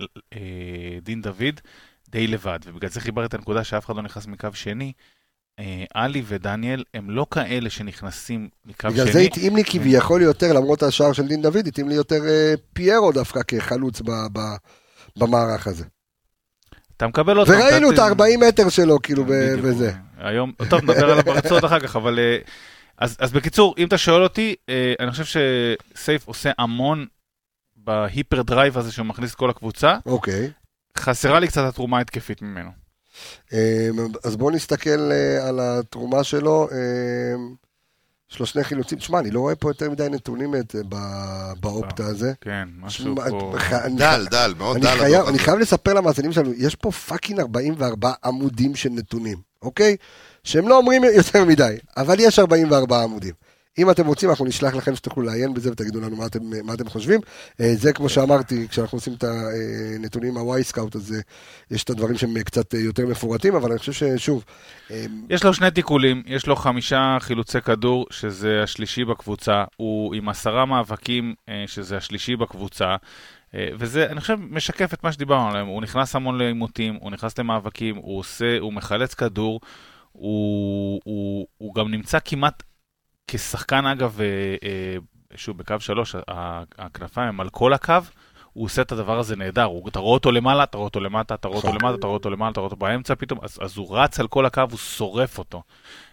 דין דוד די לבד. ובגלל זה חיברתי את הנקודה שאף אחד לא נכנס מקו שני, אלי ודניאל הם לא כאלה שנכנסים מקו שני. בגלל זה התאים לי כביכול יותר, למרות השער של דין דוד, התאים לי יותר פיירו דווקא כחלוץ במערך הזה. אתה מקבל אותו. וראינו את ה-ארבעים מטר שלו, כאילו, בזה. היום, טוב, נדבר עליו ברצות אחר כך, אבל... אז, אז בקיצור, אם אתה שואל אותי, אני חושב שסייף עושה המון בהיפר דרייב הזה שהוא מכניס את כל הקבוצה. אוקיי. חסרה לי קצת התרומה התקפית ממנו. אז בואו נסתכל על התרומה שלו. יש לו שני חילוצים. תשמע, אני לא רואה פה יותר מדי נתונים באופטה הזה. כן, משהו פה... דל, דל, מאוד דל. אני חייב לספר למאזינים שלנו, יש פה פאקינג ארבעים וארבעה עמודים של נתונים, אוקיי? שהם לא אומרים יותר מדי, אבל יש ארבעים וארבעה עמודים. אם אתם רוצים, אנחנו נשלח לכם שתוכלו לעיין בזה ותגידו לנו מה אתם, מה אתם חושבים. זה כמו שאמרתי, כשאנחנו עושים את הנתונים ה-וואי סקאוט, אז יש את הדברים שהם קצת יותר מפורטים, אבל אני חושב ששוב... יש לו שני תיקולים, יש לו חמישה חילוצי כדור, שזה השלישי בקבוצה, הוא עם עשרה מאבקים, שזה השלישי בקבוצה, וזה, אני חושב, משקף את מה שדיברנו עליהם. הוא נכנס המון לאימותים, הוא נכנס למאבקים, הוא עושה, הוא מחלץ כדור, הוא, הוא, הוא גם נמצא כמעט כשחקן, אגב, שוב, בקו שלוש, הכנפיים הם על כל הקו, הוא עושה את הדבר הזה נהדר, אתה רואה אותו למעלה, אתה רואה אותו למטה, אתה רואה אותו למטה, אתה רואה אותו למעלה, אתה רואה אותו באמצע פתאום, אז, אז הוא רץ על כל הקו, הוא שורף אותו.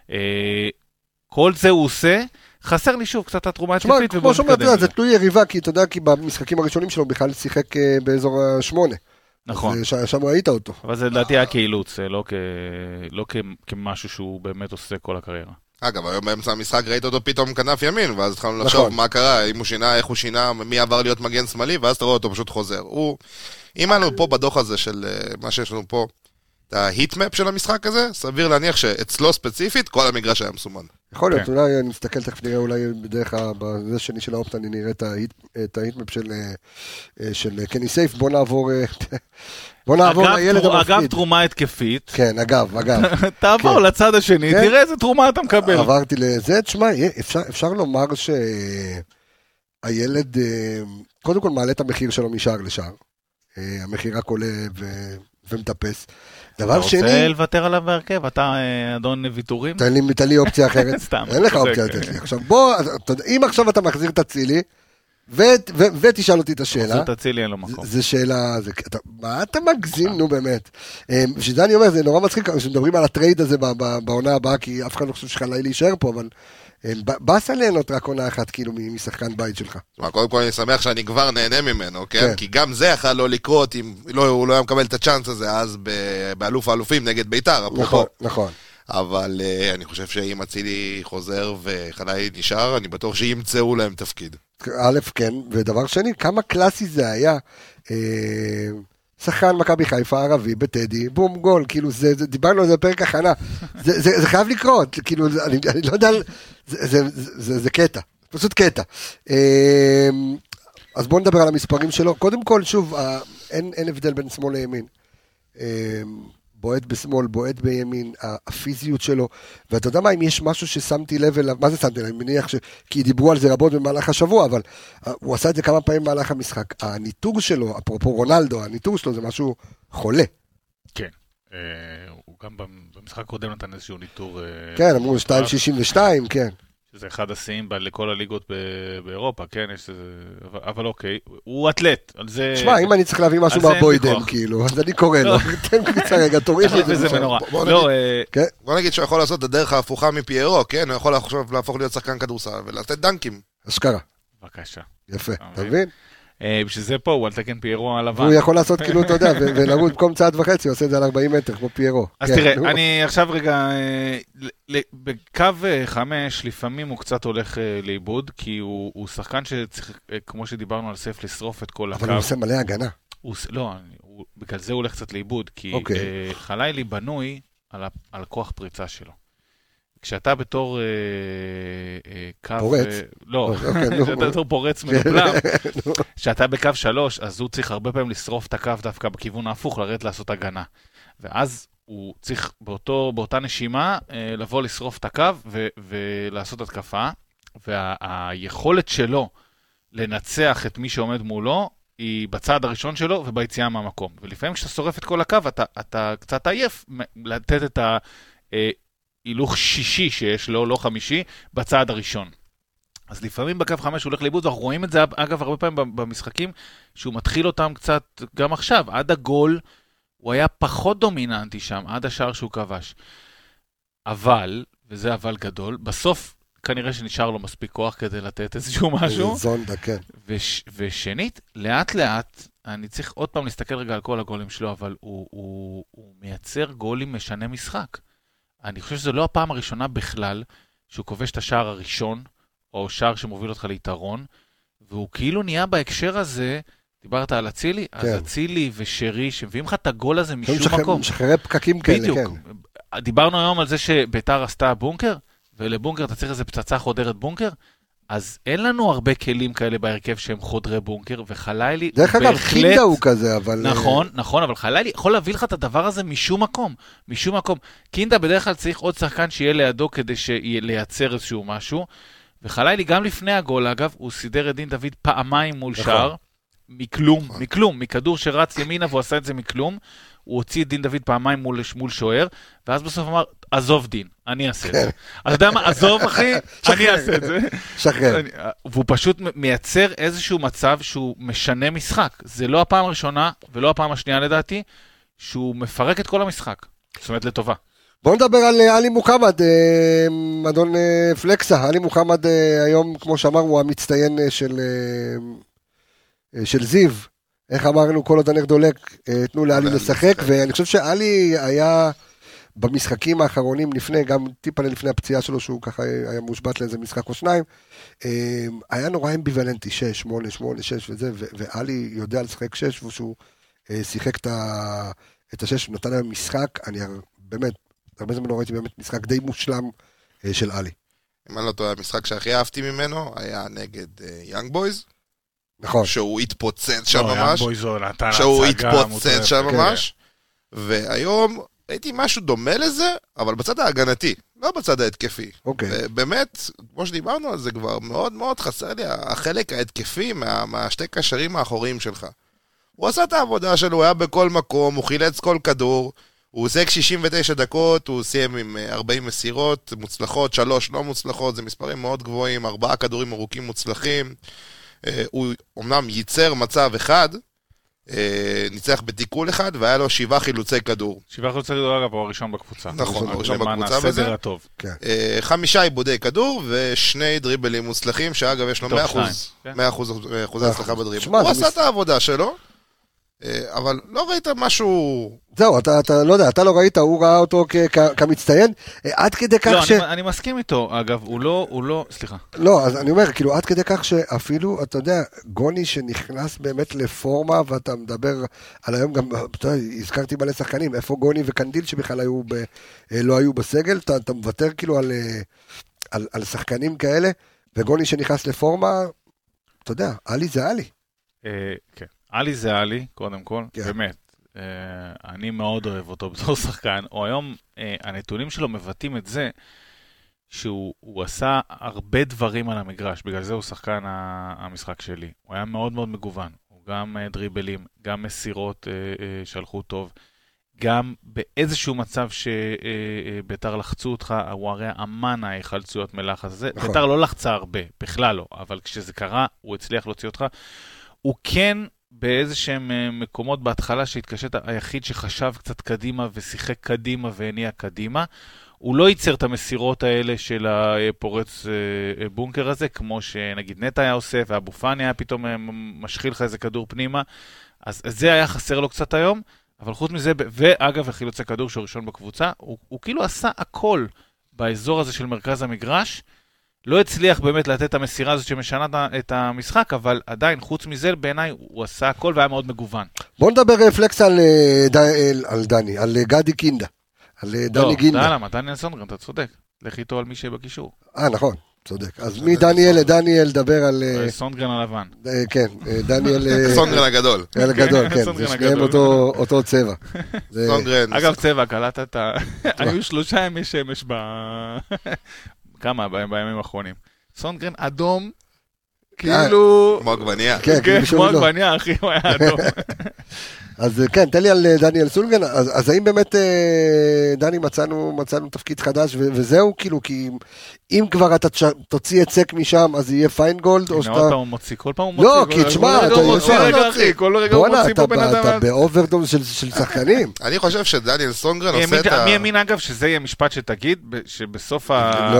כל זה הוא עושה, חסר לי שוב קצת התרומה התקפית, כמו שאומרת, זה תלוי יריבה, כי אתה יודע, כי במשחקים הראשונים שלו בכלל שיחק באזור השמונה. נכון. שם ראית אותו. אבל זה לדעתי היה כאילוץ, לא כמשהו שהוא באמת עושה כל הקריירה. אגב, היום באמצע המשחק ראית אותו פתאום כנף ימין, ואז התחלנו לחשוב מה קרה, אם הוא שינה, איך הוא שינה, מי עבר להיות מגן שמאלי, ואז אתה רואה אותו פשוט חוזר. אם היינו פה בדוח הזה של מה שיש לנו פה, את ההיטמפ של המשחק הזה, סביר להניח שאצלו ספציפית, כל המגרש היה מסומן. יכול להיות, אולי אני מסתכל, תכף נראה, אולי בדרך בזה שני של האופטה, אני נראה את ההיטמפ של קני סייף, בוא נעבור... בוא נעבור לילד המפחיד. אגב, תרומה התקפית. כן, אגב, אגב. תעבור לצד השני, תראה איזה תרומה אתה מקבל. עברתי לזה, תשמע, אפשר לומר שהילד, קודם כל מעלה את המחיר שלו משער לשער. המחיר רק עולה ומטפס. דבר שני... אתה רוצה לוותר עליו בהרכב? אתה אדון ויתורים? תן לי אופציה אחרת. אין לך אופציה לתת לי. עכשיו בוא, אם עכשיו אתה מחזיר את הצילי, ותשאל אותי את השאלה. זאת הצילי אין לו מקום. זה שאלה, מה אתה מגזים, נו באמת. שזה אני אומר, זה נורא מצחיק, כשמדברים על הטרייד הזה בעונה הבאה, כי אף אחד לא חושב שחלאי להישאר פה, אבל באת ליהנות רק עונה אחת, כאילו, משחקן בית שלך. קודם כל אני שמח שאני כבר נהנה ממנו, כן? כי גם זה יכול לא לקרות, אם הוא לא היה מקבל את הצ'אנס הזה, אז באלוף האלופים נגד ביתר. נכון, נכון. אבל אני חושב שאם אצילי חוזר וחלאי נשאר, אני בטוח שימצאו להם תפקיד. א', כן, ודבר שני, כמה קלאסי זה היה, שחקן מכבי חיפה ערבי בטדי, בום גול, כאילו זה, דיברנו על זה בפרק הכנה, זה, זה, זה חייב לקרות, כאילו, אני, אני לא יודע, זה, זה, זה, זה קטע, פשוט קטע. אז בואו נדבר על המספרים שלו, קודם כל, שוב, אין, אין הבדל בין שמאל לימין. בועט בשמאל, בועט בימין, הפיזיות שלו, ואתה יודע מה, אם יש משהו ששמתי לב אליו, מה זה שמתי לב? אני מניח ש... כי דיברו על זה רבות במהלך השבוע, אבל הוא עשה את זה כמה פעמים במהלך המשחק. הניטור שלו, אפרופו רונלדו, הניטור שלו זה משהו חולה. כן, הוא גם במשחק קודם נתן איזשהו ניטור... כן, אמרו שתיים שישים ושתיים, כן. שזה אחד השיאים לכל הליגות באירופה, כן, יש איזה... אבל אוקיי, הוא אתלט, על זה... תשמע, אם אני צריך להביא משהו מהבוידם, כאילו, אז אני קורא לו, תן קריצה רגע, תוריד לי את זה מנורא. בוא נגיד שהוא יכול לעשות את הדרך ההפוכה מפיירו, כן, הוא יכול להפוך להיות שחקן כדורסל ולתת דנקים. אשכרה. בבקשה. יפה, אתה מבין? בשביל זה פה, הוא על תקן פיירו הלבן. הוא יכול לעשות כאילו, אתה יודע, ולרוץ במקום צעד וחצי, הוא עושה את זה על ארבעים מטר, כמו פיירו. אז תראה, אני עכשיו רגע, בקו חמש, לפעמים הוא קצת הולך לאיבוד, כי הוא שחקן שצריך, כמו שדיברנו על סייף, לשרוף את כל הקו. אבל הוא עושה מלא הגנה. לא, בגלל זה הוא הולך קצת לאיבוד, כי חליילי בנוי על כוח פריצה שלו. כשאתה בתור קו... פורץ? לא, כשאתה בתור פורץ מנופלם, כשאתה בקו שלוש, אז הוא צריך הרבה פעמים לשרוף את הקו דווקא בכיוון ההפוך, לרדת לעשות הגנה. ואז הוא צריך באותה נשימה לבוא לשרוף את הקו ולעשות התקפה, והיכולת שלו לנצח את מי שעומד מולו, היא בצעד הראשון שלו וביציאה מהמקום. ולפעמים כשאתה שורף את כל הקו, אתה קצת עייף לתת את ה... הילוך שישי שיש לו, לא חמישי, בצעד הראשון. אז לפעמים בקו חמש הוא הולך לאיבוד, ואנחנו רואים את זה, אגב, הרבה פעמים במשחקים, שהוא מתחיל אותם קצת, גם עכשיו, עד הגול, הוא היה פחות דומיננטי שם, עד השער שהוא כבש. אבל, וזה אבל גדול, בסוף כנראה שנשאר לו מספיק כוח כדי לתת איזשהו משהו. זונדה, כן. וש, ושנית, לאט לאט, אני צריך עוד פעם להסתכל רגע על כל הגולים שלו, אבל הוא, הוא, הוא מייצר גולים משנה משחק. אני חושב שזו לא הפעם הראשונה בכלל, שהוא כובש את השער הראשון, או שער שמוביל אותך ליתרון, והוא כאילו נהיה בהקשר הזה, דיברת על אצילי, כן. אז אצילי ושרי, שמביאים לך את הגול הזה משום שחר, מקום. משחררי פקקים כאלה, בדיוק. כן. דיברנו היום על זה שביתר עשתה בונקר, ולבונקר אתה צריך איזה פצצה חודרת בונקר, אז אין לנו הרבה כלים כאלה בהרכב שהם חודרי בונקר, וחלילי דרך אגב, קינדה הוא כזה, אבל... נכון, נכון, אבל חלילי יכול להביא לך את הדבר הזה משום מקום, משום מקום. קינדה בדרך כלל צריך עוד שחקן שיהיה לידו כדי לייצר איזשהו משהו, וחלילי גם לפני הגול, אגב, הוא סידר את דין דוד פעמיים מול שער, מכלום, מכלום, מכדור שרץ ימינה, והוא עשה את זה מכלום, הוא הוציא את דין דוד פעמיים מול, מול שוער, ואז בסוף אמר, עזוב דין, אני אעשה את זה. אתה יודע מה, עזוב אחי, אני אעשה את זה. שחרר. והוא פשוט מייצר איזשהו מצב שהוא משנה משחק. זה לא הפעם הראשונה, ולא הפעם השנייה לדעתי, שהוא מפרק את כל המשחק. זאת אומרת, לטובה. בואו נדבר על עלי מוחמד, אדון פלקסה. עלי מוחמד היום, כמו שאמר, הוא המצטיין של, של זיו. איך אמרנו, כל עוד הנר דולק, תנו לעלי לשחק, ואני חושב שעלי היה במשחקים האחרונים לפני, גם טיפה לפני הפציעה שלו, שהוא ככה היה מושבת לאיזה משחק או שניים, היה נורא אמביוולנטי, שש, שמונה, שמונה, שש וזה, ועלי יודע לשחק שש, ושהוא שיחק את השש, הוא נתן להם משחק, אני באמת, הרבה זמן לא ראיתי באמת משחק די מושלם של עלי. אם אני לא טועה, המשחק שהכי אהבתי ממנו היה נגד יאנג בויז, נכון. שהוא התפוצץ שם ממש, נתן שהוא התפוצץ שם ממש, והיום ראיתי משהו דומה לזה, אבל בצד ההגנתי, לא בצד ההתקפי. אוקיי. באמת, כמו שדיברנו על זה כבר, מאוד מאוד חסר לי החלק ההתקפי מה, מהשתי קשרים האחוריים שלך. הוא עשה את העבודה שלו, הוא היה בכל מקום, הוא חילץ כל כדור, הוא עושה שישים ותשע דקות, הוא סיים עם ארבעים מסירות מוצלחות, שלוש לא מוצלחות, זה מספרים מאוד גבוהים, ארבעה כדורים ארוכים מוצלחים, הוא אומנם ייצר מצב אחד, ניצח בתיקול אחד, והיה לו שבעה חילוצי כדור. שבעה חילוצי כדור, אגב, הוא הראשון בקבוצה. נכון, הוא הראשון בקבוצה בזה. הסדר הטוב. חמישה עיבודי כדור, ושני דריבלים מוצלחים, שאגב יש לו מאה אחוז, מאה אחוז הצלחה בדריבל. הוא עשה את העבודה שלו, אבל לא ראית משהו... זהו, אתה, אתה לא יודע, אתה לא ראית, הוא ראה אותו כ- כמצטיין, עד כדי כך לא, ש... לא, אני, אני מסכים איתו, אגב, הוא לא, הוא לא, סליחה. לא, אז אני אומר, כאילו, עד כדי כך שאפילו, אתה יודע, גוני שנכנס באמת לפורמה, ואתה מדבר על היום גם, אתה יודע, הזכרתי מלא שחקנים, איפה גוני וקנדיל שבכלל היו ב, לא היו בסגל, אתה, אתה מוותר כאילו על, על, על שחקנים כאלה, וגוני שנכנס לפורמה, אתה יודע, עלי זה עלי. כן. עלי זה עלי, קודם כל, כן. באמת, אה, אני מאוד אוהב אותו בתור שחקן, או היום אה, הנתונים שלו מבטאים את זה, שהוא עשה הרבה דברים על המגרש, בגלל זה הוא שחקן המשחק שלי, הוא היה מאוד מאוד מגוון, הוא גם אה, דריבלים, גם מסירות אה, אה, שלחו טוב, גם באיזשהו מצב שביתר לחצו אותך, הוא הרי אמן ההיחלצויות מלחץ הזה, נכון. ביתר לא לחצה הרבה, בכלל לא, אבל כשזה קרה, הוא הצליח להוציא אותך, הוא כן... באיזשהם מקומות בהתחלה שהתקשט היחיד שחשב קצת קדימה ושיחק קדימה והניע קדימה, הוא לא ייצר את המסירות האלה של הפורץ בונקר הזה, כמו שנגיד נטע היה עושה, ואבו פאני היה פתאום משחיל לך איזה כדור פנימה, אז זה היה חסר לו קצת היום, אבל חוץ מזה, ואגב החילוצי כדור שהוא ראשון בקבוצה, הוא, הוא כאילו עשה הכל באזור הזה של מרכז המגרש, לא הצליח באמת לתת את המסירה הזאת שמשנה את המשחק, אבל עדיין, חוץ מזה, בעיניי, הוא עשה הכל והיה מאוד מגוון. בוא נדבר פלקס על, על דני, על גדי קינדה, על דני גינדה. לא, למה, דניאל סונגרן, אתה צודק. לך איתו על מי שבקישור. אה, נכון, צודק. אז מדניאל לדניאל דבר על... סונגרן הלבן. כן, דניאל... סונגרן הגדול. הגדול, כן, זה שניהם אותו צבע. סונגרן. אגב, צבע, קלטת את ה... היו שלושה ימי שמש ב... כמה בימים האחרונים. סונגרן אדום, כאילו... כמו עגבניה. כן, כמו עגבניה, אחי, הוא היה אדום. אז כן, תן לי על דניאל סונגרן, אז, אז האם באמת דני מצאנו, מצאנו תפקיד חדש ו- וזהו, כאילו, כי אם כבר אתה תוציא את סק משם, אז יהיה פיינגולד, או שאתה... כל פעם הוא מוציא, כל פעם הוא מוציא. לא, כי תשמע, אתה מוציא רגע אחי, כל רגע הוא מוציא פה בן אדם. אתה באוברדום של שחקנים. אני חושב שדניאל סונגרן עושה את ה... מי האמין אגב שזה יהיה משפט שתגיד, שבסוף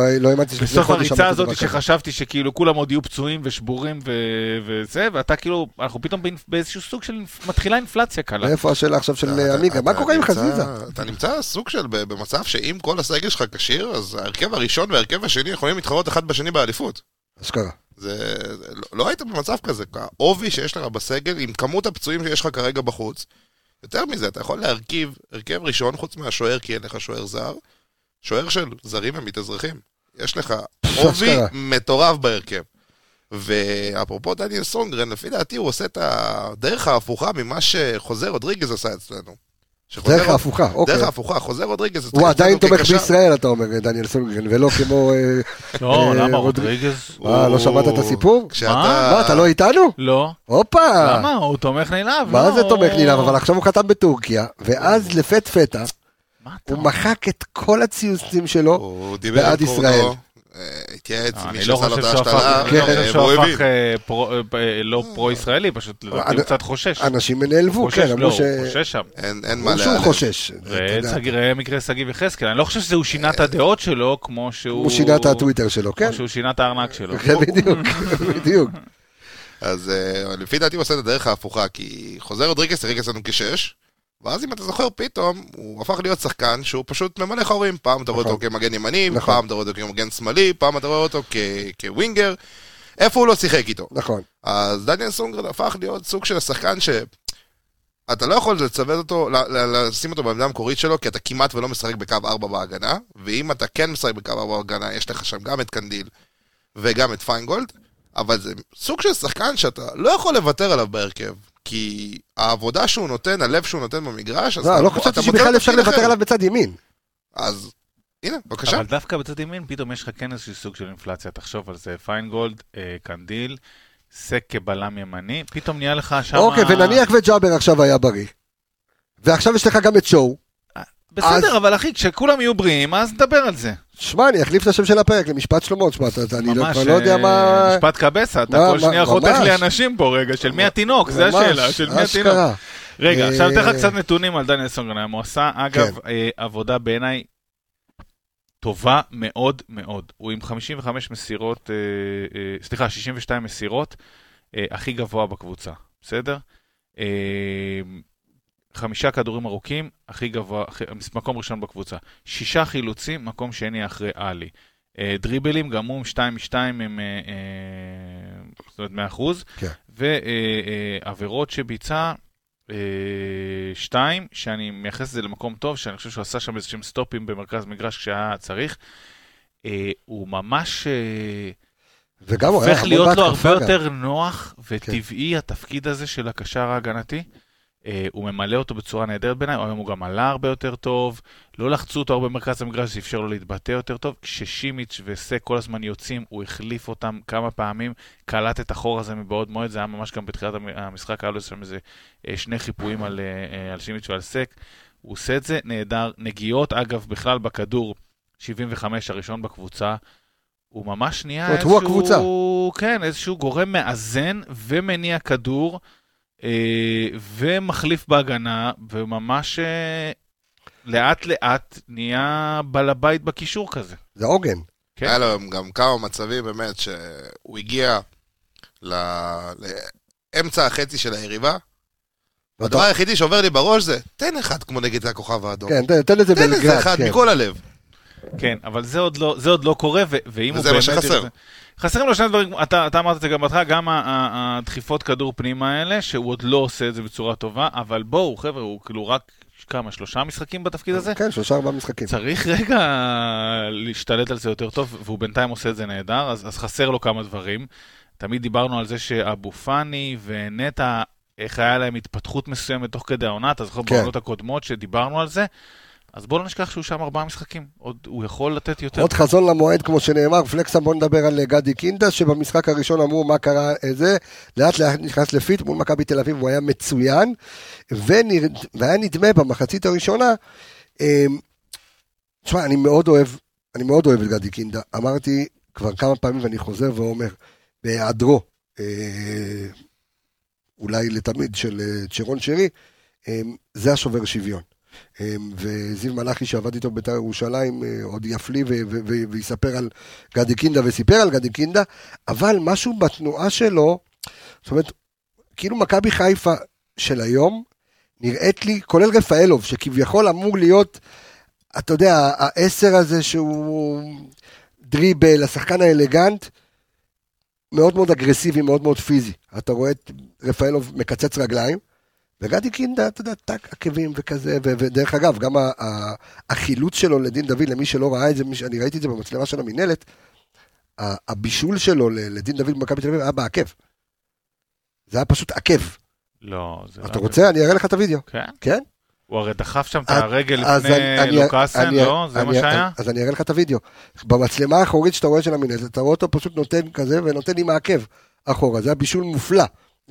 הריצה הזאת שחשבתי שכאילו כולם עוד יהיו פצועים ושבורים וזה, ואתה כאילו, אנחנו פתאום באיזשהו סוג של מתחילה אינפלציה קלה. איפה השאלה עכשיו של עמיגה? מה קורה עם חזיזה? אתה נמצא סוג של, במצב שאם כל הסגל שלך קשיר, אז ההרכב הראשון וההרכב השני יכולים להתחרות אחד בשני באליפות. אשכרה. זה, לא, לא היית במצב כזה, העובי שיש לך בסגל, עם כמות הפצועים שיש לך כרגע בחוץ, יותר מזה, אתה יכול להרכיב, הרכב ראשון חוץ מהשוער, כי אין לך שוער זר, שוער של זרים הם מתאזרחים. יש לך עובי מטורף בהרכב. ואפרופו דניאל סונגרן, לפי דעתי הוא עושה את הדרך ההפוכה ממה שחוזר רודריגז עשה אצלנו. דרך ההפוכה, אוקיי. דרך ההפוכה, חוזר רודריגז. הוא עדיין תומך בישראל, אתה אומר, דניאל סונגרן, ולא כמו... לא, למה רודריגז? מה, לא שמעת את הסיפור? מה? מה, אתה לא איתנו? לא. הופה. למה? הוא תומך נילב. מה זה תומך נילב? אבל עכשיו הוא חתם בטורקיה, ואז לפת פתה, הוא מחק את כל הציוצים שלו בעד ישראל. התייעץ, מי שעשה לו את ההשתלה, אני לא חושב שהוא הפך לא פרו-ישראלי, פשוט הוא קצת חושש. אנשים נעלבו, כן, אמרו ש... הוא חושש שם. אין מה להיעלב. שהוא חושש. ראה מקרה סגיב וחזקאל, אני לא חושב שהוא שינה את הדעות שלו, כמו שהוא... הוא שינה את הטוויטר שלו, כן? כמו שהוא שינה את הארנק שלו. בדיוק, בדיוק. אז לפי דעתי הוא עושה את הדרך ההפוכה, כי חוזר רודריגז שיחק אצלנו כשש, ואז אם אתה זוכר פתאום, הוא הפך להיות שחקן שהוא פשוט ממלא חורים, פעם אתה רואה אותו כמגן ימני, פעם אתה רואה אותו כמגן שמאלי, פעם אתה רואה אותו כווינגר, איפה הוא לא שיחק איתו. נכון. אז דניאל סונגרן הפך להיות סוג של השחקן שאתה לא יכול לצוות אותו, לשים אותו בעמדה המקורית שלו, כי אתה כמעט ולא משחק בקו ארבע בהגנה, ואם אתה כן משחק בקו ארבע בהגנה, יש לך שם גם את קנדיל וגם את פיינגולד, אבל זה סוג של שחקן שאתה לא יכול לוותר עליו בהרכב. כי העבודה שהוא נותן, הלב שהוא נותן במגרש, לא, לא חושבתי שבכלל אפשר לוותר עליו בצד ימין. אז, הנה, בבקשה. אבל דווקא בצד ימין, פתאום יש לך כן איזשהו סוג של אינפלציה, תחשוב על זה, פיינגולד, קנדיל, סק כבלם ימני, פתאום נהיה לך שם... אוקיי, ונניח וג'אבר עכשיו היה בריא, ועכשיו יש לך גם את שואו. בסדר, אבל אחי, כשכולם יהיו בריאים, אז נדבר על זה. שמע, אני אחליף את השם של הפרק למשפט שלמה, שמע, אני לא יודע מה... משפט קבסה, אתה כל שנייה חותך לי אנשים פה רגע, של מי התינוק, זה השאלה, של מי התינוק. רגע, עכשיו נתן לך קצת נתונים על דניאל סונגרן, הוא עשה, אגב, עבודה בעיניי טובה מאוד מאוד. הוא עם חמישים וחמש מסירות, סליחה, שישים ושתיים מסירות, הכי גבוה בקבוצה, בסדר? חמישה כדורים ארוכים, הכי גבוה, מקום ראשון בקבוצה. שישה חילוצים, מקום שני אחרי אלי. דריבלים, גם הוא שתיים משתיים עם זאת אומרת מאה אחוז. ועבירות שביצע שתיים, שאני מייחס את זה למקום טוב, שאני חושב שהוא עשה שם איזשהם סטופים במרכז מגרש כשהיה צריך. הוא ממש הופך להיות לו הרבה יותר נוח וטבעי התפקיד הזה של הקשר ההגנתי. הוא ממלא אותו בצורה נהדרת בעיניי, היום הוא גם עלה הרבה יותר טוב, לא לחצו אותו הרבה במרכז המגרש, זה אפשר לו להתבטא יותר טוב, כששימיץ' וסק כל הזמן יוצאים, הוא החליף אותם כמה פעמים, קלט את החור הזה מבעוד מועד, זה היה ממש גם בתחילת המשחק, היה לו שם איזה שני חיפויים על, על שימיץ' ועל סק, הוא עושה את זה נהדר, נגיעות אגב בכלל בכדור, שבעים וחמש הראשון בקבוצה, הוא ממש נהיה איזשהו, כן, איזשהו גורם מאזן ומניע כדור, ומחליף בהגנה, וממש לאט לאט נהיה בעל הבית בקישור כזה. זה עוגן. היה לו גם כמה מצבים באמת שהוא הגיע לאמצע החצי של היריבה, הדבר היחידי שעובר לי בראש זה, תן אחד כמו נגד הכוכב האדום. כן, תן לזה בלגרד. תן לזה אחד מכל הלב. כן, אבל זה עוד לא, זה עוד לא קורה, ואם הוא באמת... וזה מה שחסר. חסרים לו שני דברים, אתה, אתה אמרת את זה גם בתך, גם הדחיפות כדור פנימה האלה, שהוא עוד לא עושה את זה בצורה טובה, אבל בואו, חבר'ה, הוא כאילו רק כמה, שלושה משחקים בתפקיד הזה? כן, שלושה ארבעה משחקים. צריך רגע להשתלט על זה יותר טוב, והוא בינתיים עושה את זה נהדר, אז, אז חסר לו כמה דברים. תמיד דיברנו על זה שאבו פאני ונטע, איך היה להם התפתחות מסוימת תוך כדי העונה, אתה זוכר בעונות הקודמות שדיברנו על זה, אז בואו לא נשכח שהוא שם ארבעה משחקים, עוד הוא יכול לתת יותר. עוד חזון למועד, כמו שנאמר, פלקסה, בוא נדבר על גדי קינדה, שבמשחק הראשון אמרו מה קרה זה, לאט לאט נכנס לפיט, מול מכבי תל אביב, הוא היה מצוין, והיה נדמה במחצית הראשונה, תשמע, אני מאוד אוהב, אני מאוד אוהב את גדי קינדה, אמרתי כבר כמה פעמים, ואני חוזר ואומר, בהיעדרו, אולי לתמיד של צ'רון שרי, זה השובר שוויון. וזיו מלאכי שעבד איתו בית"ר ירושלים עוד יפליא ויספר על גדי קינדה וסיפר על גדי קינדה, אבל משהו בתנועה שלו, זאת אומרת, כאילו מכבי חיפה של היום, נראית לי, כולל רפאלוב, שכביכול אמור להיות, אתה יודע, העשר הזה שהוא דריבל, השחקן האלגנט, מאוד מאוד אגרסיבי, מאוד מאוד פיזי. אתה רואה את רפאלוב מקצץ רגליים, וגדי קינדה, אתה יודע, טק, עקבים וכזה, ודרך אגב, גם החילוץ שלו לדין דוד, למי שלא ראה את זה, אני ראיתי את זה במצלמה של המנהלת, הבישול שלו לדין דוד במכבי תל אביב היה בעקב. זה היה פשוט עקב. לא, זה... אתה רוצה? אני אראה לך את הוידאו. כן? כן? הוא הרי דחף שם את הרגל לפני לוקאסן, לא? זה מה שהיה? אז אני אראה לך את הוידאו. במצלמה האחורית שאתה רואה של המנהלת, אתה רואה אותו פשוט נותן כזה, ונותן עם העקב אחורה. זה היה בישול מופלא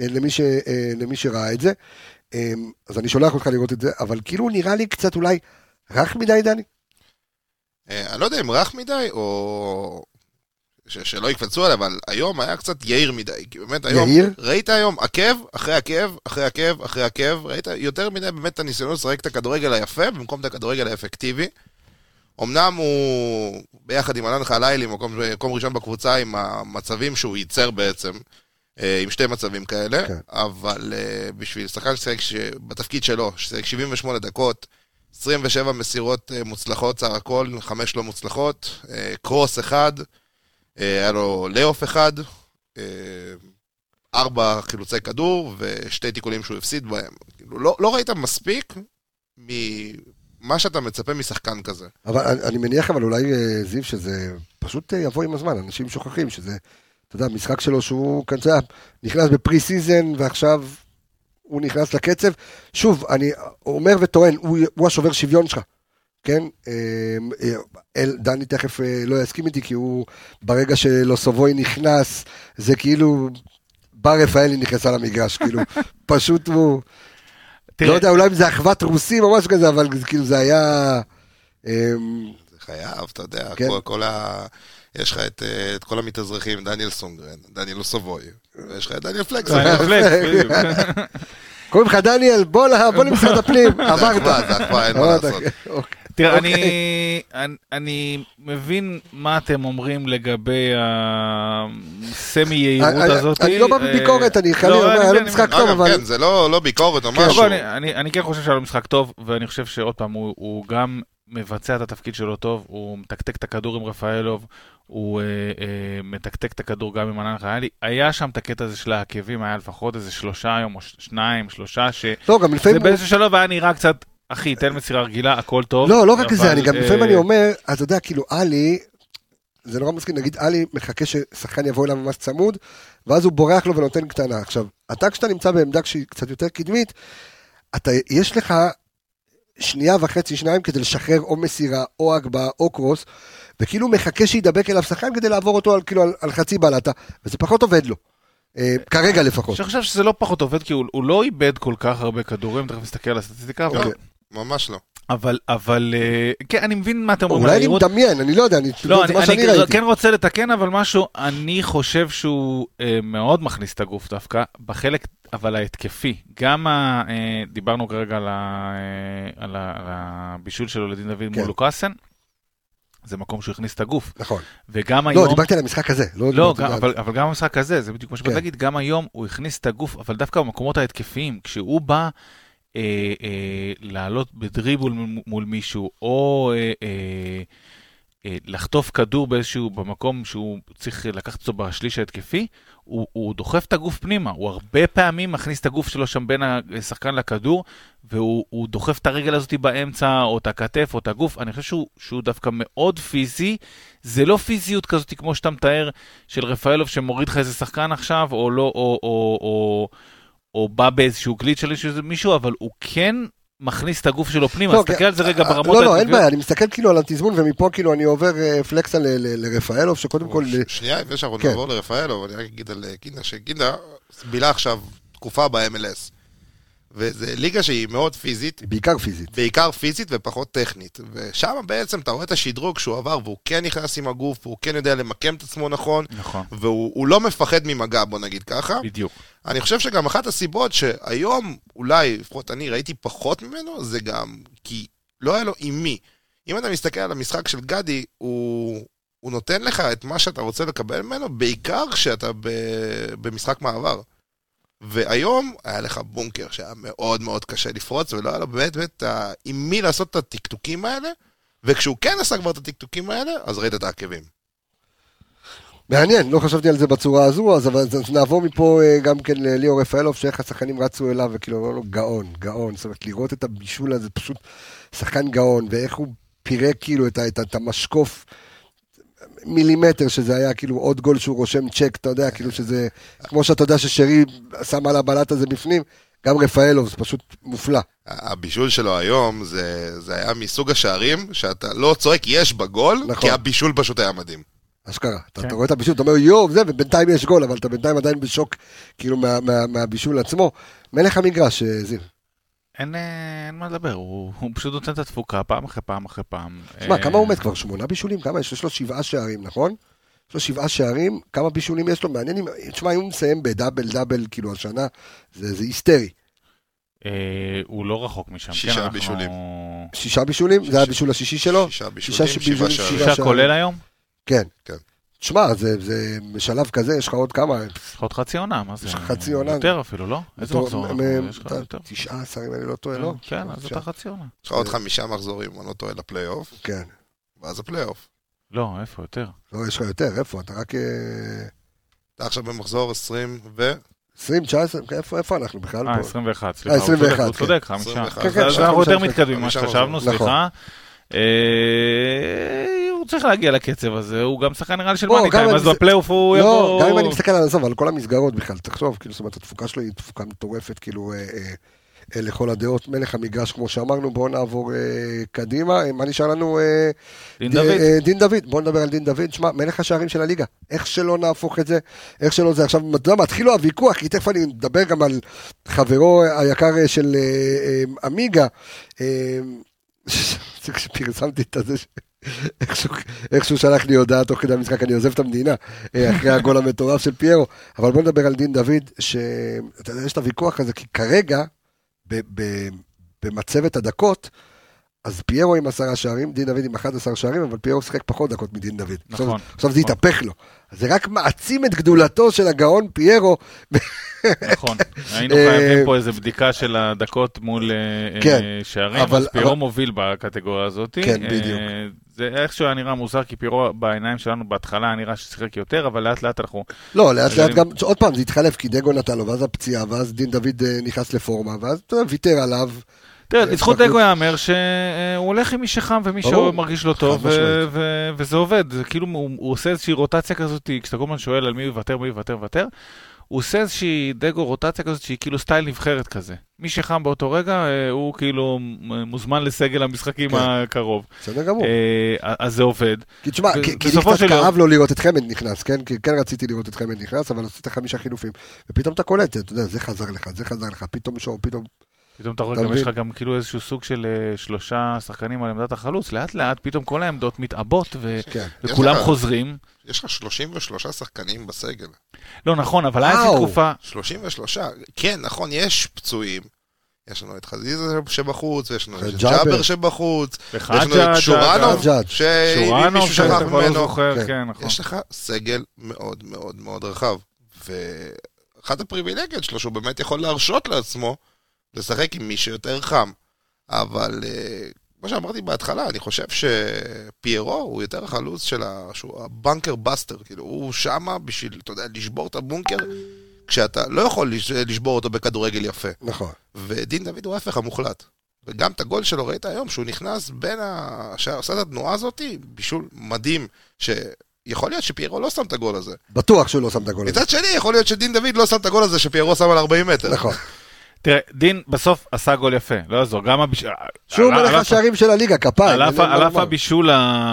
למי שראה את זה. אז אני שולח אותך לראות את זה, אבל כאילו נראה לי קצת אולי רך מדי, דני? אני לא יודע אם רך מדי, או שלא יקפצו עליו, אבל היום היה קצת יאיר מדי, כי באמת היום, ראית היום עקב, אחרי עקב, אחרי עקב, אחרי עקב, ראית יותר מדי באמת את הניסיון לשחק את הכדורגל היפה, במקום את הכדורגל האפקטיבי. אמנם הוא ביחד עם אלן חלילי, מקום ראשון בקבוצה, עם המצבים שהוא ייצר בעצם, עם שתי מצבים כאלה, okay. אבל uh, בשביל שחקן ששחק בתפקיד שלו, ששחק שבעים ושמונה דקות, עשרים ושבע מסירות uh, מוצלחות, סך הכל, חמש לא מוצלחות, uh, קרוס אחד, uh, היה לו לאוף אחד, uh, ארבע חילוצי כדור, ושתי תיקולים שהוא הפסיד בהם. כאילו, לא, לא ראית מספיק ממה שאתה מצפה משחקן כזה. אבל אני מניח, אבל אולי זיו, שזה פשוט יבוא עם הזמן, אנשים שוכחים שזה... אתה יודע, המשחק שלו שהוא כנצה, נכנס בפרי סיזן, ועכשיו הוא נכנס לקצב. שוב, אני אומר וטוען, הוא, הוא השובר שוויון שלך, כן? אל, דני תכף לא יסכים איתי, כי הוא, ברגע שלא סובוי נכנס, זה כאילו, בר רפאלי נכנסה למגרש, כאילו, פשוט הוא, לא יודע, אולי אם זה אחוות רוסים או משהו כזה, אבל כאילו זה היה... זה חייב, אתה יודע, כן? כל, כל ה... יש לך את, את כל המתאזרחים, דניאל סונגרן, דניאל סובוי, ויש לך את דניאל פלקס. דניאל פלקס, קוראים לך דניאל, בוא למשרד הפנים, עברת. זה אחווה, אין מה לעשות. תראה, אני מבין מה אתם אומרים לגבי הסמי יעירות הזאת. אני לא בא בביקורת, אני חייב אומר, היה לו משחק טוב, אבל... כן, זה לא ביקורת או משהו. אני כן חושב שהיה לו משחק טוב, ואני חושב שעוד פעם, הוא גם... מבצע את התפקיד שלו טוב, הוא מתקתק את הכדור עם רפאלוב, הוא אה, אה, מתקתק את הכדור גם עם אלן חלילי, היה שם את הקטע הזה של העקבים, היה לפחות איזה שלושה היום, או שניים, שלושה, ש... לא, גם לפעמים... זה באיזשהו שלב היה נראה קצת, אחי, תן מסירה רגילה, הכל טוב. לא, לא רק זה, אני גם לפעמים אני אומר, אתה יודע, כאילו, אלי, זה נורא מסכים, נגיד, אלי מחכה ששחקן יבוא אליו ממש צמוד, ואז הוא בורח לו ונותן קטנה. עכשיו, אתה כשאתה נמצא בעמדה שהיא קצת יותר קדמית, אתה, יש לך שנייה וחצי, שניים, כדי לשחרר או מסירה, או הגבהה, או קרוס, וכאילו מחכה שידבק אליו שחקן, כדי לעבור אותו על, כאילו, על, על חצי בלטה, וזה פחות עובד לו. אה, כרגע לפחות. אני חושב שזה לא פחות עובד, כי הוא, הוא לא איבד כל כך הרבה כדורים, תכף נסתכל על הסטטיסטיקה, אבל... לא, ממש לא. אבל, אבל, כן, אני מבין מה אתם אומרים. אולי אני מדמיין, אני לא יודע, אני, לא, זה אני, מה שאני אני ראיתי. כן רוצה לתקן, אבל משהו, אני חושב שהוא אה, מאוד מכניס את הגוף דווקא, בחלק, אבל ההתקפי. גם, ה, אה, דיברנו כרגע על, ה, אה, על, ה, על הבישול שלו לדין דוד כן. מול לוקאסן, זה מקום שהוא הכניס את הגוף. נכון. וגם היום... לא, דיברתי על המשחק הזה. לא, לא גם, אבל, אבל גם המשחק הזה, זה בדיוק מה שבאת כן. להגיד, גם היום הוא הכניס את הגוף, אבל דווקא במקומות ההתקפיים, כשהוא בא... אה, אה, לעלות בדריבול מול מישהו, או אה, אה, אה, לחטוף כדור באיזשהו, במקום שהוא צריך לקחת אותו בשליש ההתקפי, הוא, הוא דוחף את הגוף פנימה, הוא הרבה פעמים מכניס את הגוף שלו שם בין השחקן לכדור, והוא דוחף את הרגל הזאת באמצע, או את הכתף, או את הגוף, אני חושב שהוא, שהוא דווקא מאוד פיזי, זה לא פיזיות כזאת כמו שאתה מתאר, של רפאלוב שמוריד לך איזה שחקן עכשיו, או לא, או, או, או או בא באיזשהו גליץ' של מישהו, אבל הוא כן מכניס את הגוף שלו פנימה, תסתכל על זה רגע ברמות... לא, לא, אין בעיה, אני מסתכל כאילו על התזמון, ומפה כאילו אני עובר פלקסה לרפאלוב, שקודם כל... שנייה, לפני שאנחנו נעבור לרפאלוב, אני רק אגיד על גינדה, שגינדה בילה עכשיו תקופה ב-אם אל אס, וזה ליגה שהיא מאוד פיזית. בעיקר פיזית. בעיקר פיזית ופחות טכנית. ושם בעצם אתה רואה את השדרוג שהוא עבר, והוא כן נכנס עם הגוף, והוא כן יודע למקם את עצמו נכון. נכון. והוא לא מפחד ממגע, בוא נגיד ככה. בדיוק. אני חושב שגם אחת הסיבות שהיום, אולי, לפחות אני ראיתי פחות ממנו, זה גם כי לא היה לו עם מי. אם אתה מסתכל על המשחק של גדי, הוא, הוא נותן לך את מה שאתה רוצה לקבל ממנו, בעיקר כשאתה ב, במשחק מעבר. והיום היה לך בונקר שהיה מאוד מאוד קשה לפרוץ, ולא היה לו באמת באמת עם מי לעשות את הטקטוקים האלה, וכשהוא כן עשה כבר את הטקטוקים האלה, אז ראית את העקבים. מעניין, לא חשבתי על זה בצורה הזו, אז, אז נעבור מפה גם כן לליאור רפאלוב, שאיך השחקנים רצו אליו, וכאילו לא, לא, גאון, גאון, זאת אומרת, לראות את הבישול הזה, פשוט שחקן גאון, ואיך הוא פירק כאילו את, את, את המשקוף, מילימטר שזה היה כאילו עוד גול שהוא רושם צ'ק, אתה יודע, כאילו שזה, כמו שאתה יודע ששרי שם על הבלט הזה בפנים, גם רפאלוב, זה פשוט מופלא. הבישול שלו היום, זה, זה היה מסוג השערים, שאתה לא צועק יש בגול, נכון. כי הבישול פשוט היה מדהים. אשכרה, אתה, אתה רואה את הבישול, אתה אומר יואו, זה, ובינתיים יש גול, אבל אתה בינתיים עדיין בשוק, כאילו מה, מה, מהבישול עצמו. מלך המגרש, זיו. אין, אין מה לדבר, הוא, הוא פשוט נותן את התפוקה פעם אחרי פעם אחרי פעם. תשמע, כמה הוא עומד כבר? שמונה בישולים? כמה? יש לו שבעה שערים, נכון? יש לו שבעה שערים, כמה בישולים יש לו? מעניין, תשמע, אם הוא מסיים בדאבל דאבל, כאילו השנה, זה, זה היסטרי. הוא לא רחוק משם. שישה בישולים. שישה בישולים? זה היה בישול השישי שלו? שישה בישולים, שבעה שערים. שישה כולל היום? כן. כן. תשמע, זה, זה בשלב כזה, יש לך עוד כמה? יש לך עוד חצי עונה, מה זה? יש לך חצי עונה. יותר אפילו, לא? איזה מחזור? יש לך יותר? תשעה עשר, אם אני לא טועה, לא? כן, אז אתה חצי עונה. יש לך עוד חמישה מחזורים, אני לא טועה לפלייאוף. כן. ואז הפלייאוף. לא, איפה יותר? לא, יש לך יותר, איפה? אתה רק... אתה עכשיו במחזור עשרים ו... עשרים, תשע עשרה, איפה אנחנו בכלל פה? אה, עשרים ואחת, סליחה. עשרים ואחת, הוא צודק, חמישה. כן, אז אנחנו יותר מתקדמים ממה שחשבנו, סליחה. הוא צריך להגיע לקצב הזה, הוא גם שחקן נראה לי של מניטיים, אז בפלייאוף הוא יבוא... לא, גם אם אני מסתכל על הסוף, על כל המסגרות בכלל, תחשוב, כאילו, זאת אומרת, התפוקה שלו היא תפוקה מטורפת, כאילו, לכל הדעות, מלך המגרש, כמו שאמרנו, בואו נעבור קדימה, מה נשאר לנו? דין דוד. דין דוד, בואו נדבר על דין דוד, שמע, מלך השערים של הליגה, איך שלא נהפוך את זה, איך שלא זה, עכשיו, אתה יודע מה, התחילו הוויכוח, כי תכף אני מדבר גם על חברו היקר של אמיגה, כשפרסמתי את זה, איכשהו שלח לי הודעה תוך כדי המשחק, אני עוזב את המדינה, אחרי הגול המטורף של פיירו, אבל בוא נדבר על דין דוד, שאתה יודע, יש את הוויכוח הזה, כי כרגע, במצבת הדקות, אז פיירו עם עשרה שערים, דין דוד עם אחד עשר שערים, אבל פיירו שחק פחות דקות מדין דוד. נכון. עכשיו זה יתהפך לו. אז זה רק מעצים את גדולתו של הגאון פיירו. נכון. היינו חייבים פה איזו בדיקה של הדקות מול שערים, אז פיירו מוביל בקטגוריה הזאת. כן, בדיוק. זה איכשהו היה נראה מוזר, כי פיירו בעיניים שלנו בהתחלה נראה ששיחק יותר, אבל לאט לאט אנחנו... לא, לאט לאט גם, עוד פעם זה התחלף, כי דגו נתן לו, ואז הפציעה, ואז דין דוד נכנס לפורמה, ואז אתה ויתר עליו. תראה, לזכות דגו יאמר שהוא הולך עם מי שחם ומי שמרגיש לו טוב, וזה עובד. כאילו הוא עושה איזושהי רוטציה כזאת, כשאתה כל הזמן שואל על מי הוא יוותר, מי יוותר, יוותר, הוא עושה איזושהי דגו רוטציה כזאת, שהיא כאילו סטייל נבחרת כזה. מי שחם באותו רגע, הוא כאילו מוזמן לסגל המשחקים הקרוב. בסדר גמור. אז זה עובד. כי תשמע, כי לי קצת כאב לו לראות את חמד נכנס, כן? כי כן רציתי לראות את חמד נכנס, אבל עשית חמישה חילופים. ופתאום אתה קולט, אתה יודע, זה חזר לך, זה חזר לך, פתאום שור, פתאום... פתאום אתה רואה, גם יש לך גם כאילו איזשהו סוג של שלושה שחקנים על עמדת החלוץ, לאט לאט פתאום כל העמדות מתאבות וכולם חוזרים. יש לך שלושים ושלושה שחקנים בסגל. לא, נכון, אבל היה איזו תקופה... שלושים ושלושה, כן, נכון, יש פצועים. יש לנו את חזיזה שבחוץ, ויש לנו את ג'אבר שבחוץ, יש לנו את שורנוב, שמישהו שכח ממנו. יש לך סגל מאוד מאוד מאוד רחב. ואחת הפריבילגיות שלו, שהוא באמת יכול להרשות לעצמו, לשחק עם מי שיותר חם. אבל, כמו שאמרתי בהתחלה, אני חושב שפיירו הוא יותר החלוץ של הבנקר בסטר, כאילו, הוא שמה בשביל, אתה יודע, לשבור את הבונקר, כשאתה לא יכול לשבור אותו בכדורגל יפה. נכון. ודין דוד הוא ההפך המוחלט. וגם את הגול שלו ראית היום, שהוא נכנס בין ה... שעושה את התנועה הזאת, בישול מדהים, שיכול להיות שפיירו לא שם את הגול הזה. בטוח שהוא לא שם את הגול הזה. מצד שני, יכול להיות שדין דוד לא שם את הגול הזה, שפיירו שם על ארבעים מטר. נכון. תראה, דין בסוף עשה גול יפה, לא יעזור, גם הבישול... שוב מלך השערים של הליגה, כפיים. על אף הבישול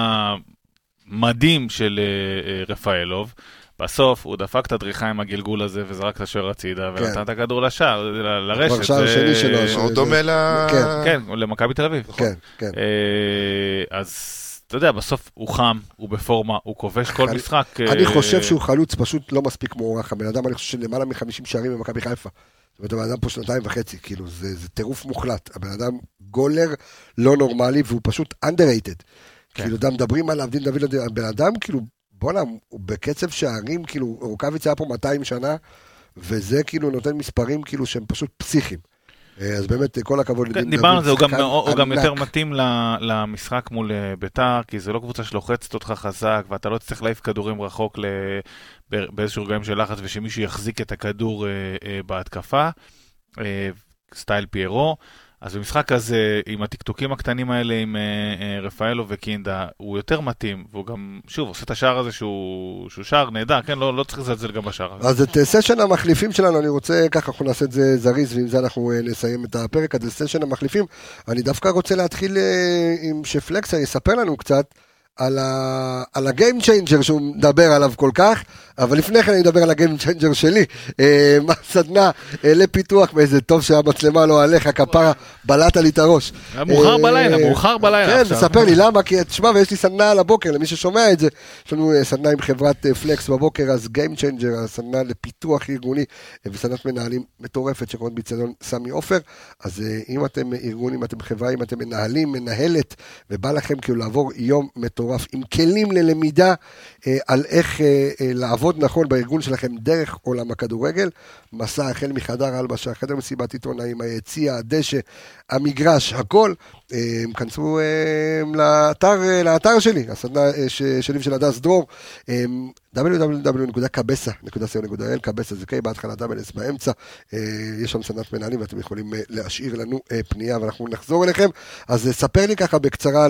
המדהים של רפאלוב, בסוף הוא דפק את הדריכה עם הגלגול הזה, וזרק את השוער הצידה, ונתן את הכדור לשער, לרשת. שער שני שלו. הוא דומה ל... כן, למכבי תל אביב. כן, כן. אז... אתה יודע, בסוף הוא חם, הוא בפורמה, הוא כובש כל משחק. אני חושב שהוא חלוץ פשוט לא מספיק מוערך. הבן אדם, אני חושב שלמעלה מ-חמישים שערים במכבי חיפה. זאת אומרת, הבן אדם פה שנתיים וחצי, כאילו, זה טירוף מוחלט. הבן אדם גולר לא נורמלי, והוא פשוט underrated. כאילו, דם מדברים עליו, דין דוד, הבן אדם, כאילו, בוא'נה, הוא בקצב שערים, כאילו, רוקאביץ היה פה מאתיים שנה, וזה כאילו נותן מספרים, כאילו, שהם פשוט פסיכיים. אז באמת כל הכבוד לדין דוד. דיברנו על זה, הוא גם יותר מתאים למשחק מול ביתר, כי זה לא קבוצה שלוחצת אותך חזק, ואתה לא צריך להעיף כדורים רחוק באיזשהו רגעים של לחץ, ושמישהו יחזיק את הכדור בהתקפה, סטייל פיירו. אז במשחק הזה, עם הטקטוקים הקטנים האלה, עם רפאלו וקינדה, הוא יותר מתאים, והוא גם, שוב, עושה את השער הזה שהוא שער נהדר, כן? לא צריך לזלזל גם בשער. אז את סשן המחליפים שלנו, אני רוצה, ככה אנחנו נעשה את זה זריז, ועם זה אנחנו נסיים את הפרק, אז סשן המחליפים, אני דווקא רוצה להתחיל עם שפלקסר, יספר לנו קצת, על ה... על הגיים צ'יינג'ר שהוא מדבר עליו כל כך, אבל לפני כן אני מדבר על הגיים צ'יינג'ר שלי, מה סדנה לפיתוח, מאיזה טוב שהמצלמה לא עליך, כפרה, בלעת לי את הראש. מאוחר בלילה, מאוחר בלילה. כן, תספר לי למה, כי תשמע, ויש לי סדנה על הבוקר, למי ששומע את זה, יש לנו סדנה עם חברת פלקס בבוקר, אז גיים צ'יינג'ר, הסדנה לפיתוח ארגוני, וסדנת מנהלים מטורפת, שקוראים בצדון סמי אופר, אז אם אתם ארגונים, אם אתם חברה, אם אתם מנהלים, מנהלת, ובא לכם כאילו לעבור יום מטורף, עם כלים ללמידה אה, על איך אה, אה, לעבוד נכון בארגון שלכם דרך עולם הכדורגל, מסע החל מחדר הלבשה, חדר מסיבת עיתונאים, היציע, הדשא, המגרש, הכל, אה, כנסו אה, לאתר, אה, לאתר שלי, הסדנה אה, שלי של הדס דרור, אה, דאבליו דאבליו דאבליו נקודה קבסה נקודה סי או נקודה איי אל, קבסה זה קיי בהתחלה, דאבל אס באמצע, יש שם סדנת מנהלים ואתם יכולים להשאיר לנו פנייה ואנחנו נחזור אליכם. אז ספר לי ככה בקצרה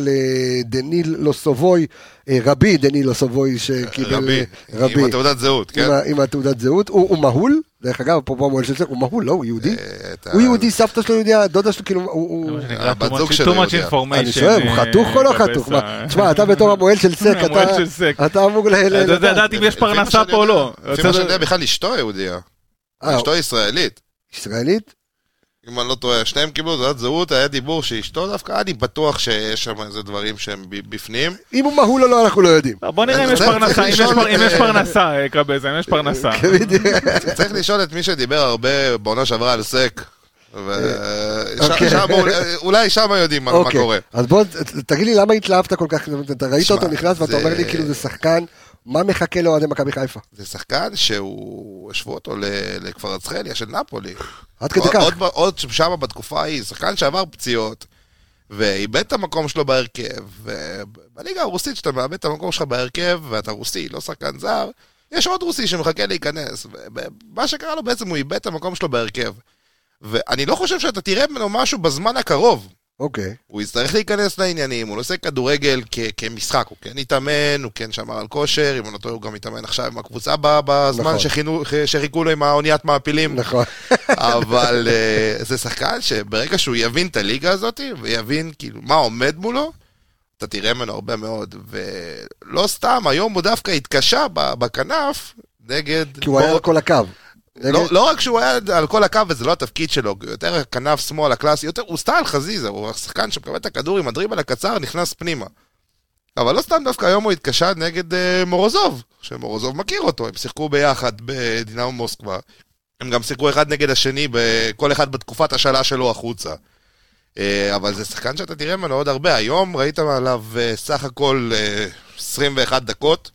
לדניל לוסובוי, רבי דניל לוסובוי שקיבל רבי, רבי. עם התעודת זהות, כן? עם התעודת זהות, הוא מהול, דרך אגב, פה פה המועל של זה, הוא מהול, לא, הוא יהודי? הוא יהודי, סבתא שלו יהודי, דודה שלו, כאילו, הוא... הבת זוג שלו יהודי. אני שואל, הוא חתוך או לא חתוך? תשמע, אתה בתור המועל של סק, אתה אמור ל... אתה יודעת אם יש פרנסה פה או לא. לפי מה שאני יודע, בכלל אשתו יהודיה. אשתו ישראלית. ישראלית? אם אני לא טועה, שניהם קיבלו תעודת זהות, היה דיבור שאשתו דווקא, אני בטוח שיש שם איזה דברים שהם בפנים. אם הוא מהול או לא, אנחנו לא יודעים. בוא נראה אם יש פרנסה, אם יש פרנסה, קבזה, אם יש פרנסה. צריך לשאול את מי שדיבר הרבה בעונה שעברה על סק, ואולי שם יודעים מה קורה. אז בוא, תגיד לי, למה התלהבת כל כך? אתה ראית אותו נכנס ואתה אומר לי, כאילו זה שחקן, מה מחכה לאוהדי מכבי חיפה? זה שחקן שהוא, השוו אותו לכפר הצחליה של נפולי. עד כדי כך. עוד שם בתקופה ההיא, שחקן שעבר פציעות, ואיבד את המקום שלו בהרכב, ובליגה הרוסית שאתה מאבד את המקום שלך בהרכב, ואתה רוסי, לא שחקן זר, יש עוד רוסי שמחכה להיכנס, ומה שקרה לו בעצם, הוא איבד את המקום שלו בהרכב. ואני לא חושב שאתה תראה ממנו משהו בזמן הקרוב. אוקיי. הוא יצטרך להיכנס לעניינים, הוא עושה כדורגל כמשחק, הוא כן התאמן, הוא כן שמר על כושר, אם הוא נותן, הוא גם התאמן עכשיו עם הקבוצה בזמן שחיכו לו עם האוניית מעפילים. נכון. אבל זה שחקן שברגע שהוא יבין את הליגה הזאת, ויבין כאילו מה עומד מולו, אתה תראה ממנו הרבה מאוד, ולא סתם, היום הוא דווקא התקשה בכנף, נגד... כי הוא היה על כל הקו. לא, לא רק שהוא היה על כל הקו, וזה לא התפקיד שלו, יותר כנף שמאל הקלאסי, יותר, הוא סטייל חזיזה, הוא השחקן שמקבל את הכדור עם הדריבל הקצר, נכנס פנימה. אבל לא סתם דווקא היום הוא התקשה נגד uh, מורוזוב, שמורוזוב מכיר אותו, הם שיחקו ביחד בדינמו מוסקבה, הם גם שיחקו אחד נגד השני, כל אחד בתקופת השאלה שלו החוצה. Uh, אבל זה שחקן שאתה תראה ממנו עוד הרבה, היום ראית עליו uh, סך הכל uh, עשרים ואחת דקות,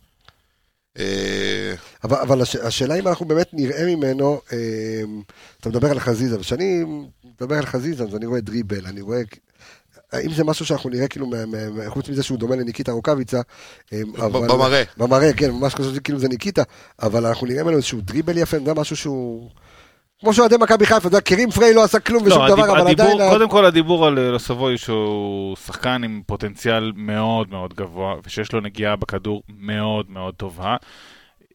אבל, אבל הש, השאלה אם אנחנו באמת נראה ממנו, אה, אתה מדבר על חזיזה, ושאני מדבר על חזיזה, אז אני רואה דריבל, אני רואה, האם זה משהו שאנחנו נראה כאילו, חוץ מזה שהוא דומה לניקיטה רוקאביצה, אבל, במראה, במראה, כן, ממש חושב כאילו זה ניקיטה, אבל אנחנו נראה ממנו איזשהו דריבל יפה, זה משהו שהוא, כמו שאוהדי מכבי חיפה, אתה יודע, קרים פריי לא עשה כלום ושום דבר, אבל עדיין... קודם כל הדיבור על לוסובוי שהוא שחקן עם פוטנציאל מאוד מאוד גבוה, ושיש לו נגיעה בכדור מאוד מאוד טובה.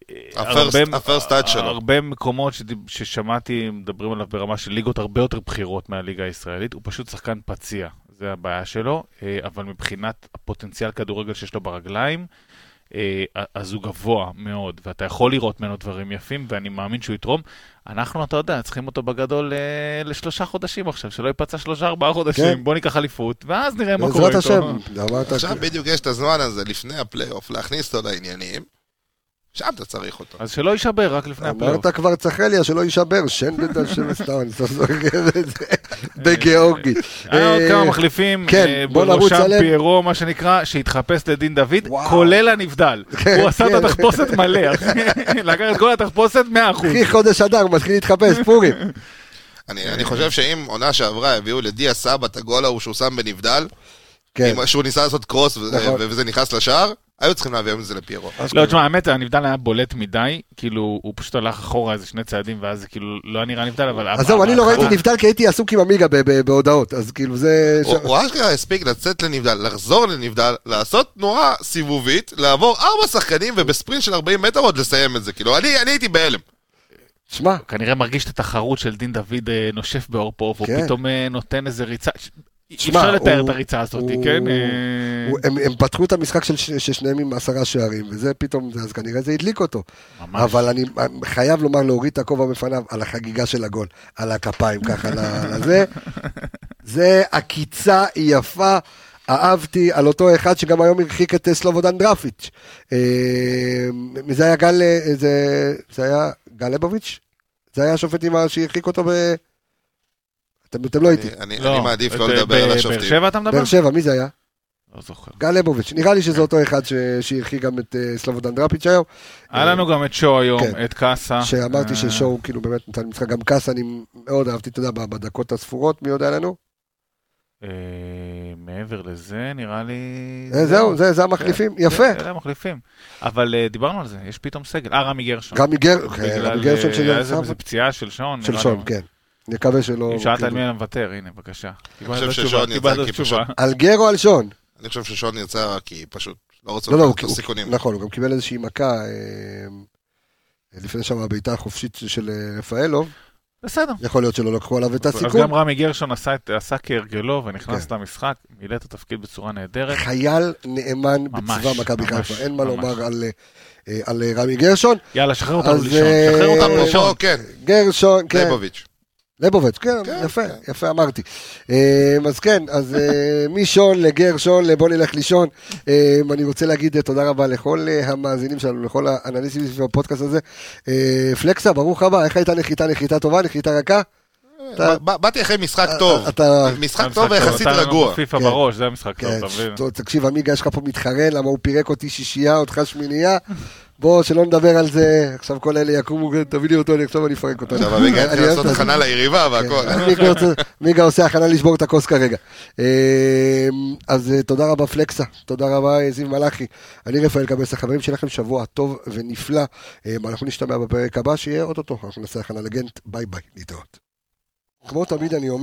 הפרסט טאץ' שלו. הרבה מקומות ששמעתי מדברים עליו ברמה של ליגות הרבה יותר בחירות מהליגה הישראלית, הוא פשוט שחקן פציע, זה הבעיה שלו, אבל מבחינת הפוטנציאל כדורגל שיש לו ברגליים, אז הוא גבוה מאוד, ואתה יכול לראות ממנו דברים יפים, ואני מאמין שהוא יתרום. אנחנו, אתה יודע, צריכים אותו בגדול לשלושה חודשים עכשיו, שלא ייפצע שלושה ארבעה חודשים, בוא ניקח אליפות, ואז נראה מה קורה איתו. עכשיו בדיוק יש את הזמן הזה, לפני הפלייאוף, להכניס אותו לעניינים, שם אתה צריך אותו. אז שלא יישבר רק לפני הפלייאוף. אמרת כבר צחליה, שלא יישבר, שנדד השם סתם, אני סוף סוגר את זה, בגיאורגית. היה עוד כמה מחליפים, בראשם פיירו, מה שנקרא, שהתחפש לדין דוד, כולל הנבדל. הוא עשה את התחפושת מלא, לקח את כל התחפושת מאה אחוז. אחי חודש אדר, מתחיל להתחפש, פורים. אני חושב שאם עונה שעברה הביאו לדיה סבא את הגול ההוא שהוא שם בנבדל, שהוא ניסה לעשות קרוס וזה נכנס לשער, היו צריכים להביא את זה לפיירו. לא, תשמע, האמת, הנבדל היה בולט מדי, כאילו, הוא פשוט הלך אחורה איזה שני צעדים, ואז זה כאילו לא היה נראה נבדל, אבל... אז זהו, אני לא ראיתי נבדל, כי הייתי עסוק עם עמיגה בהודעות, אז כאילו זה... הוא אשכרה הספיק לצאת לנבדל, לחזור לנבדל, לעשות תנועה סיבובית, לעבור ארבע שחקנים, ובספרינט של ארבעים מטר עוד לסיים את זה, כאילו, אני הייתי בהלם. שמע. כנראה מרגיש את התחרות של דין דוד נושף באור פה, והוא פתאום נותן איזה ריצה... אי אפשר לתאר את הריצה הזאת, כן? הם פתחו את המשחק של ששניהם עם עשרה שערים, וזה פתאום, אז כנראה זה הדליק אותו. אבל אני חייב לומר, להוריד את הכובע בפניו על החגיגה של הגול, על הכפיים ככה, לזה. זה עקיצה יפה, אהבתי על אותו אחד שגם היום הרחיק את סלובודן דרפיץ'. זה היה גל, זה היה גל לבוביץ'? זה היה השופט שהרחיק אותו ב... אתם לא הייתי. אני מעדיף לא לדבר על השופטים. באר שבע אתה מדבר? באר שבע, מי זה היה? לא זוכר. גל לבוביץ', נראה לי שזה אותו אחד שהרחיק גם את סלובודן דרפיץ' היום. היה לנו גם את שואו היום, את קאסה. שאמרתי ששואו כאילו באמת נתן משחק, גם קאסה אני מאוד אהבתי, אתה יודע, בדקות הספורות, מי יודע לנו? מעבר לזה, נראה לי... זהו, זה המחליפים, יפה. זה המחליפים. אבל דיברנו על זה, יש פתאום סגל. אה, רמי גרשון. רמי גרשון שזה... זה פציעה של שון. של שון, כן. נקווה שלא... אם שאלת על מי אני מוותר, הנה, בבקשה. אני חושב ששון יצא כי פשוט... על גר או על שון? אני חושב ששון יצא כי פשוט לא רוצה לקחת את הסיכונים. נכון, הוא גם קיבל איזושהי מכה לפני שם הביתה החופשית של רפאלוב. בסדר. יכול להיות שלא לקחו עליו את הסיכון. אז גם רמי גרשון עשה כהרגלו ונכנס למשחק, מילא את התפקיד בצורה נהדרת. חייל נאמן בצבא מכבי חיפה, אין מה לומר על רמי גרשון. יאללה, שחרר אותנו לישון. שחרר אותנו לישון. גרשון, כן. ליבוביץ'. ליבוביץ', כן, יפה, יפה אמרתי. אז כן, אז משון לגרשון, לבוא נלך לישון. אני רוצה להגיד תודה רבה לכל המאזינים שלנו, לכל האנליסטים בפודקאסט הזה. פלקסה, ברוך הבא, איך הייתה נחיתה? נחיתה טובה, נחיתה רכה? באתי אחרי משחק טוב, משחק טוב ויחסית רגוע. פיפה בראש, זה המשחק טוב. תקשיב, עמיגה, יש לך פה מתחרן, למה הוא פירק אותי שישייה, אותך שמינייה. בוא, שלא נדבר על זה, עכשיו כל אלה יקומו, תביא לי אותו, עכשיו אני אפרק אותו. עכשיו המיגה התחיל לעשות הכנה ליריבה והכל. מיגה עושה הכנה לשבור את הכוס כרגע. אז תודה רבה פלקסה, תודה רבה זיו מלאכי, אני רפאל קבס, החברים שלכם שבוע טוב ונפלא, אנחנו נשתמע בפרק הבא, שיהיה עוד אותו, אנחנו נעשה הכנה לגנט, ביי ביי, להתראות. כמו תמיד אני אומר,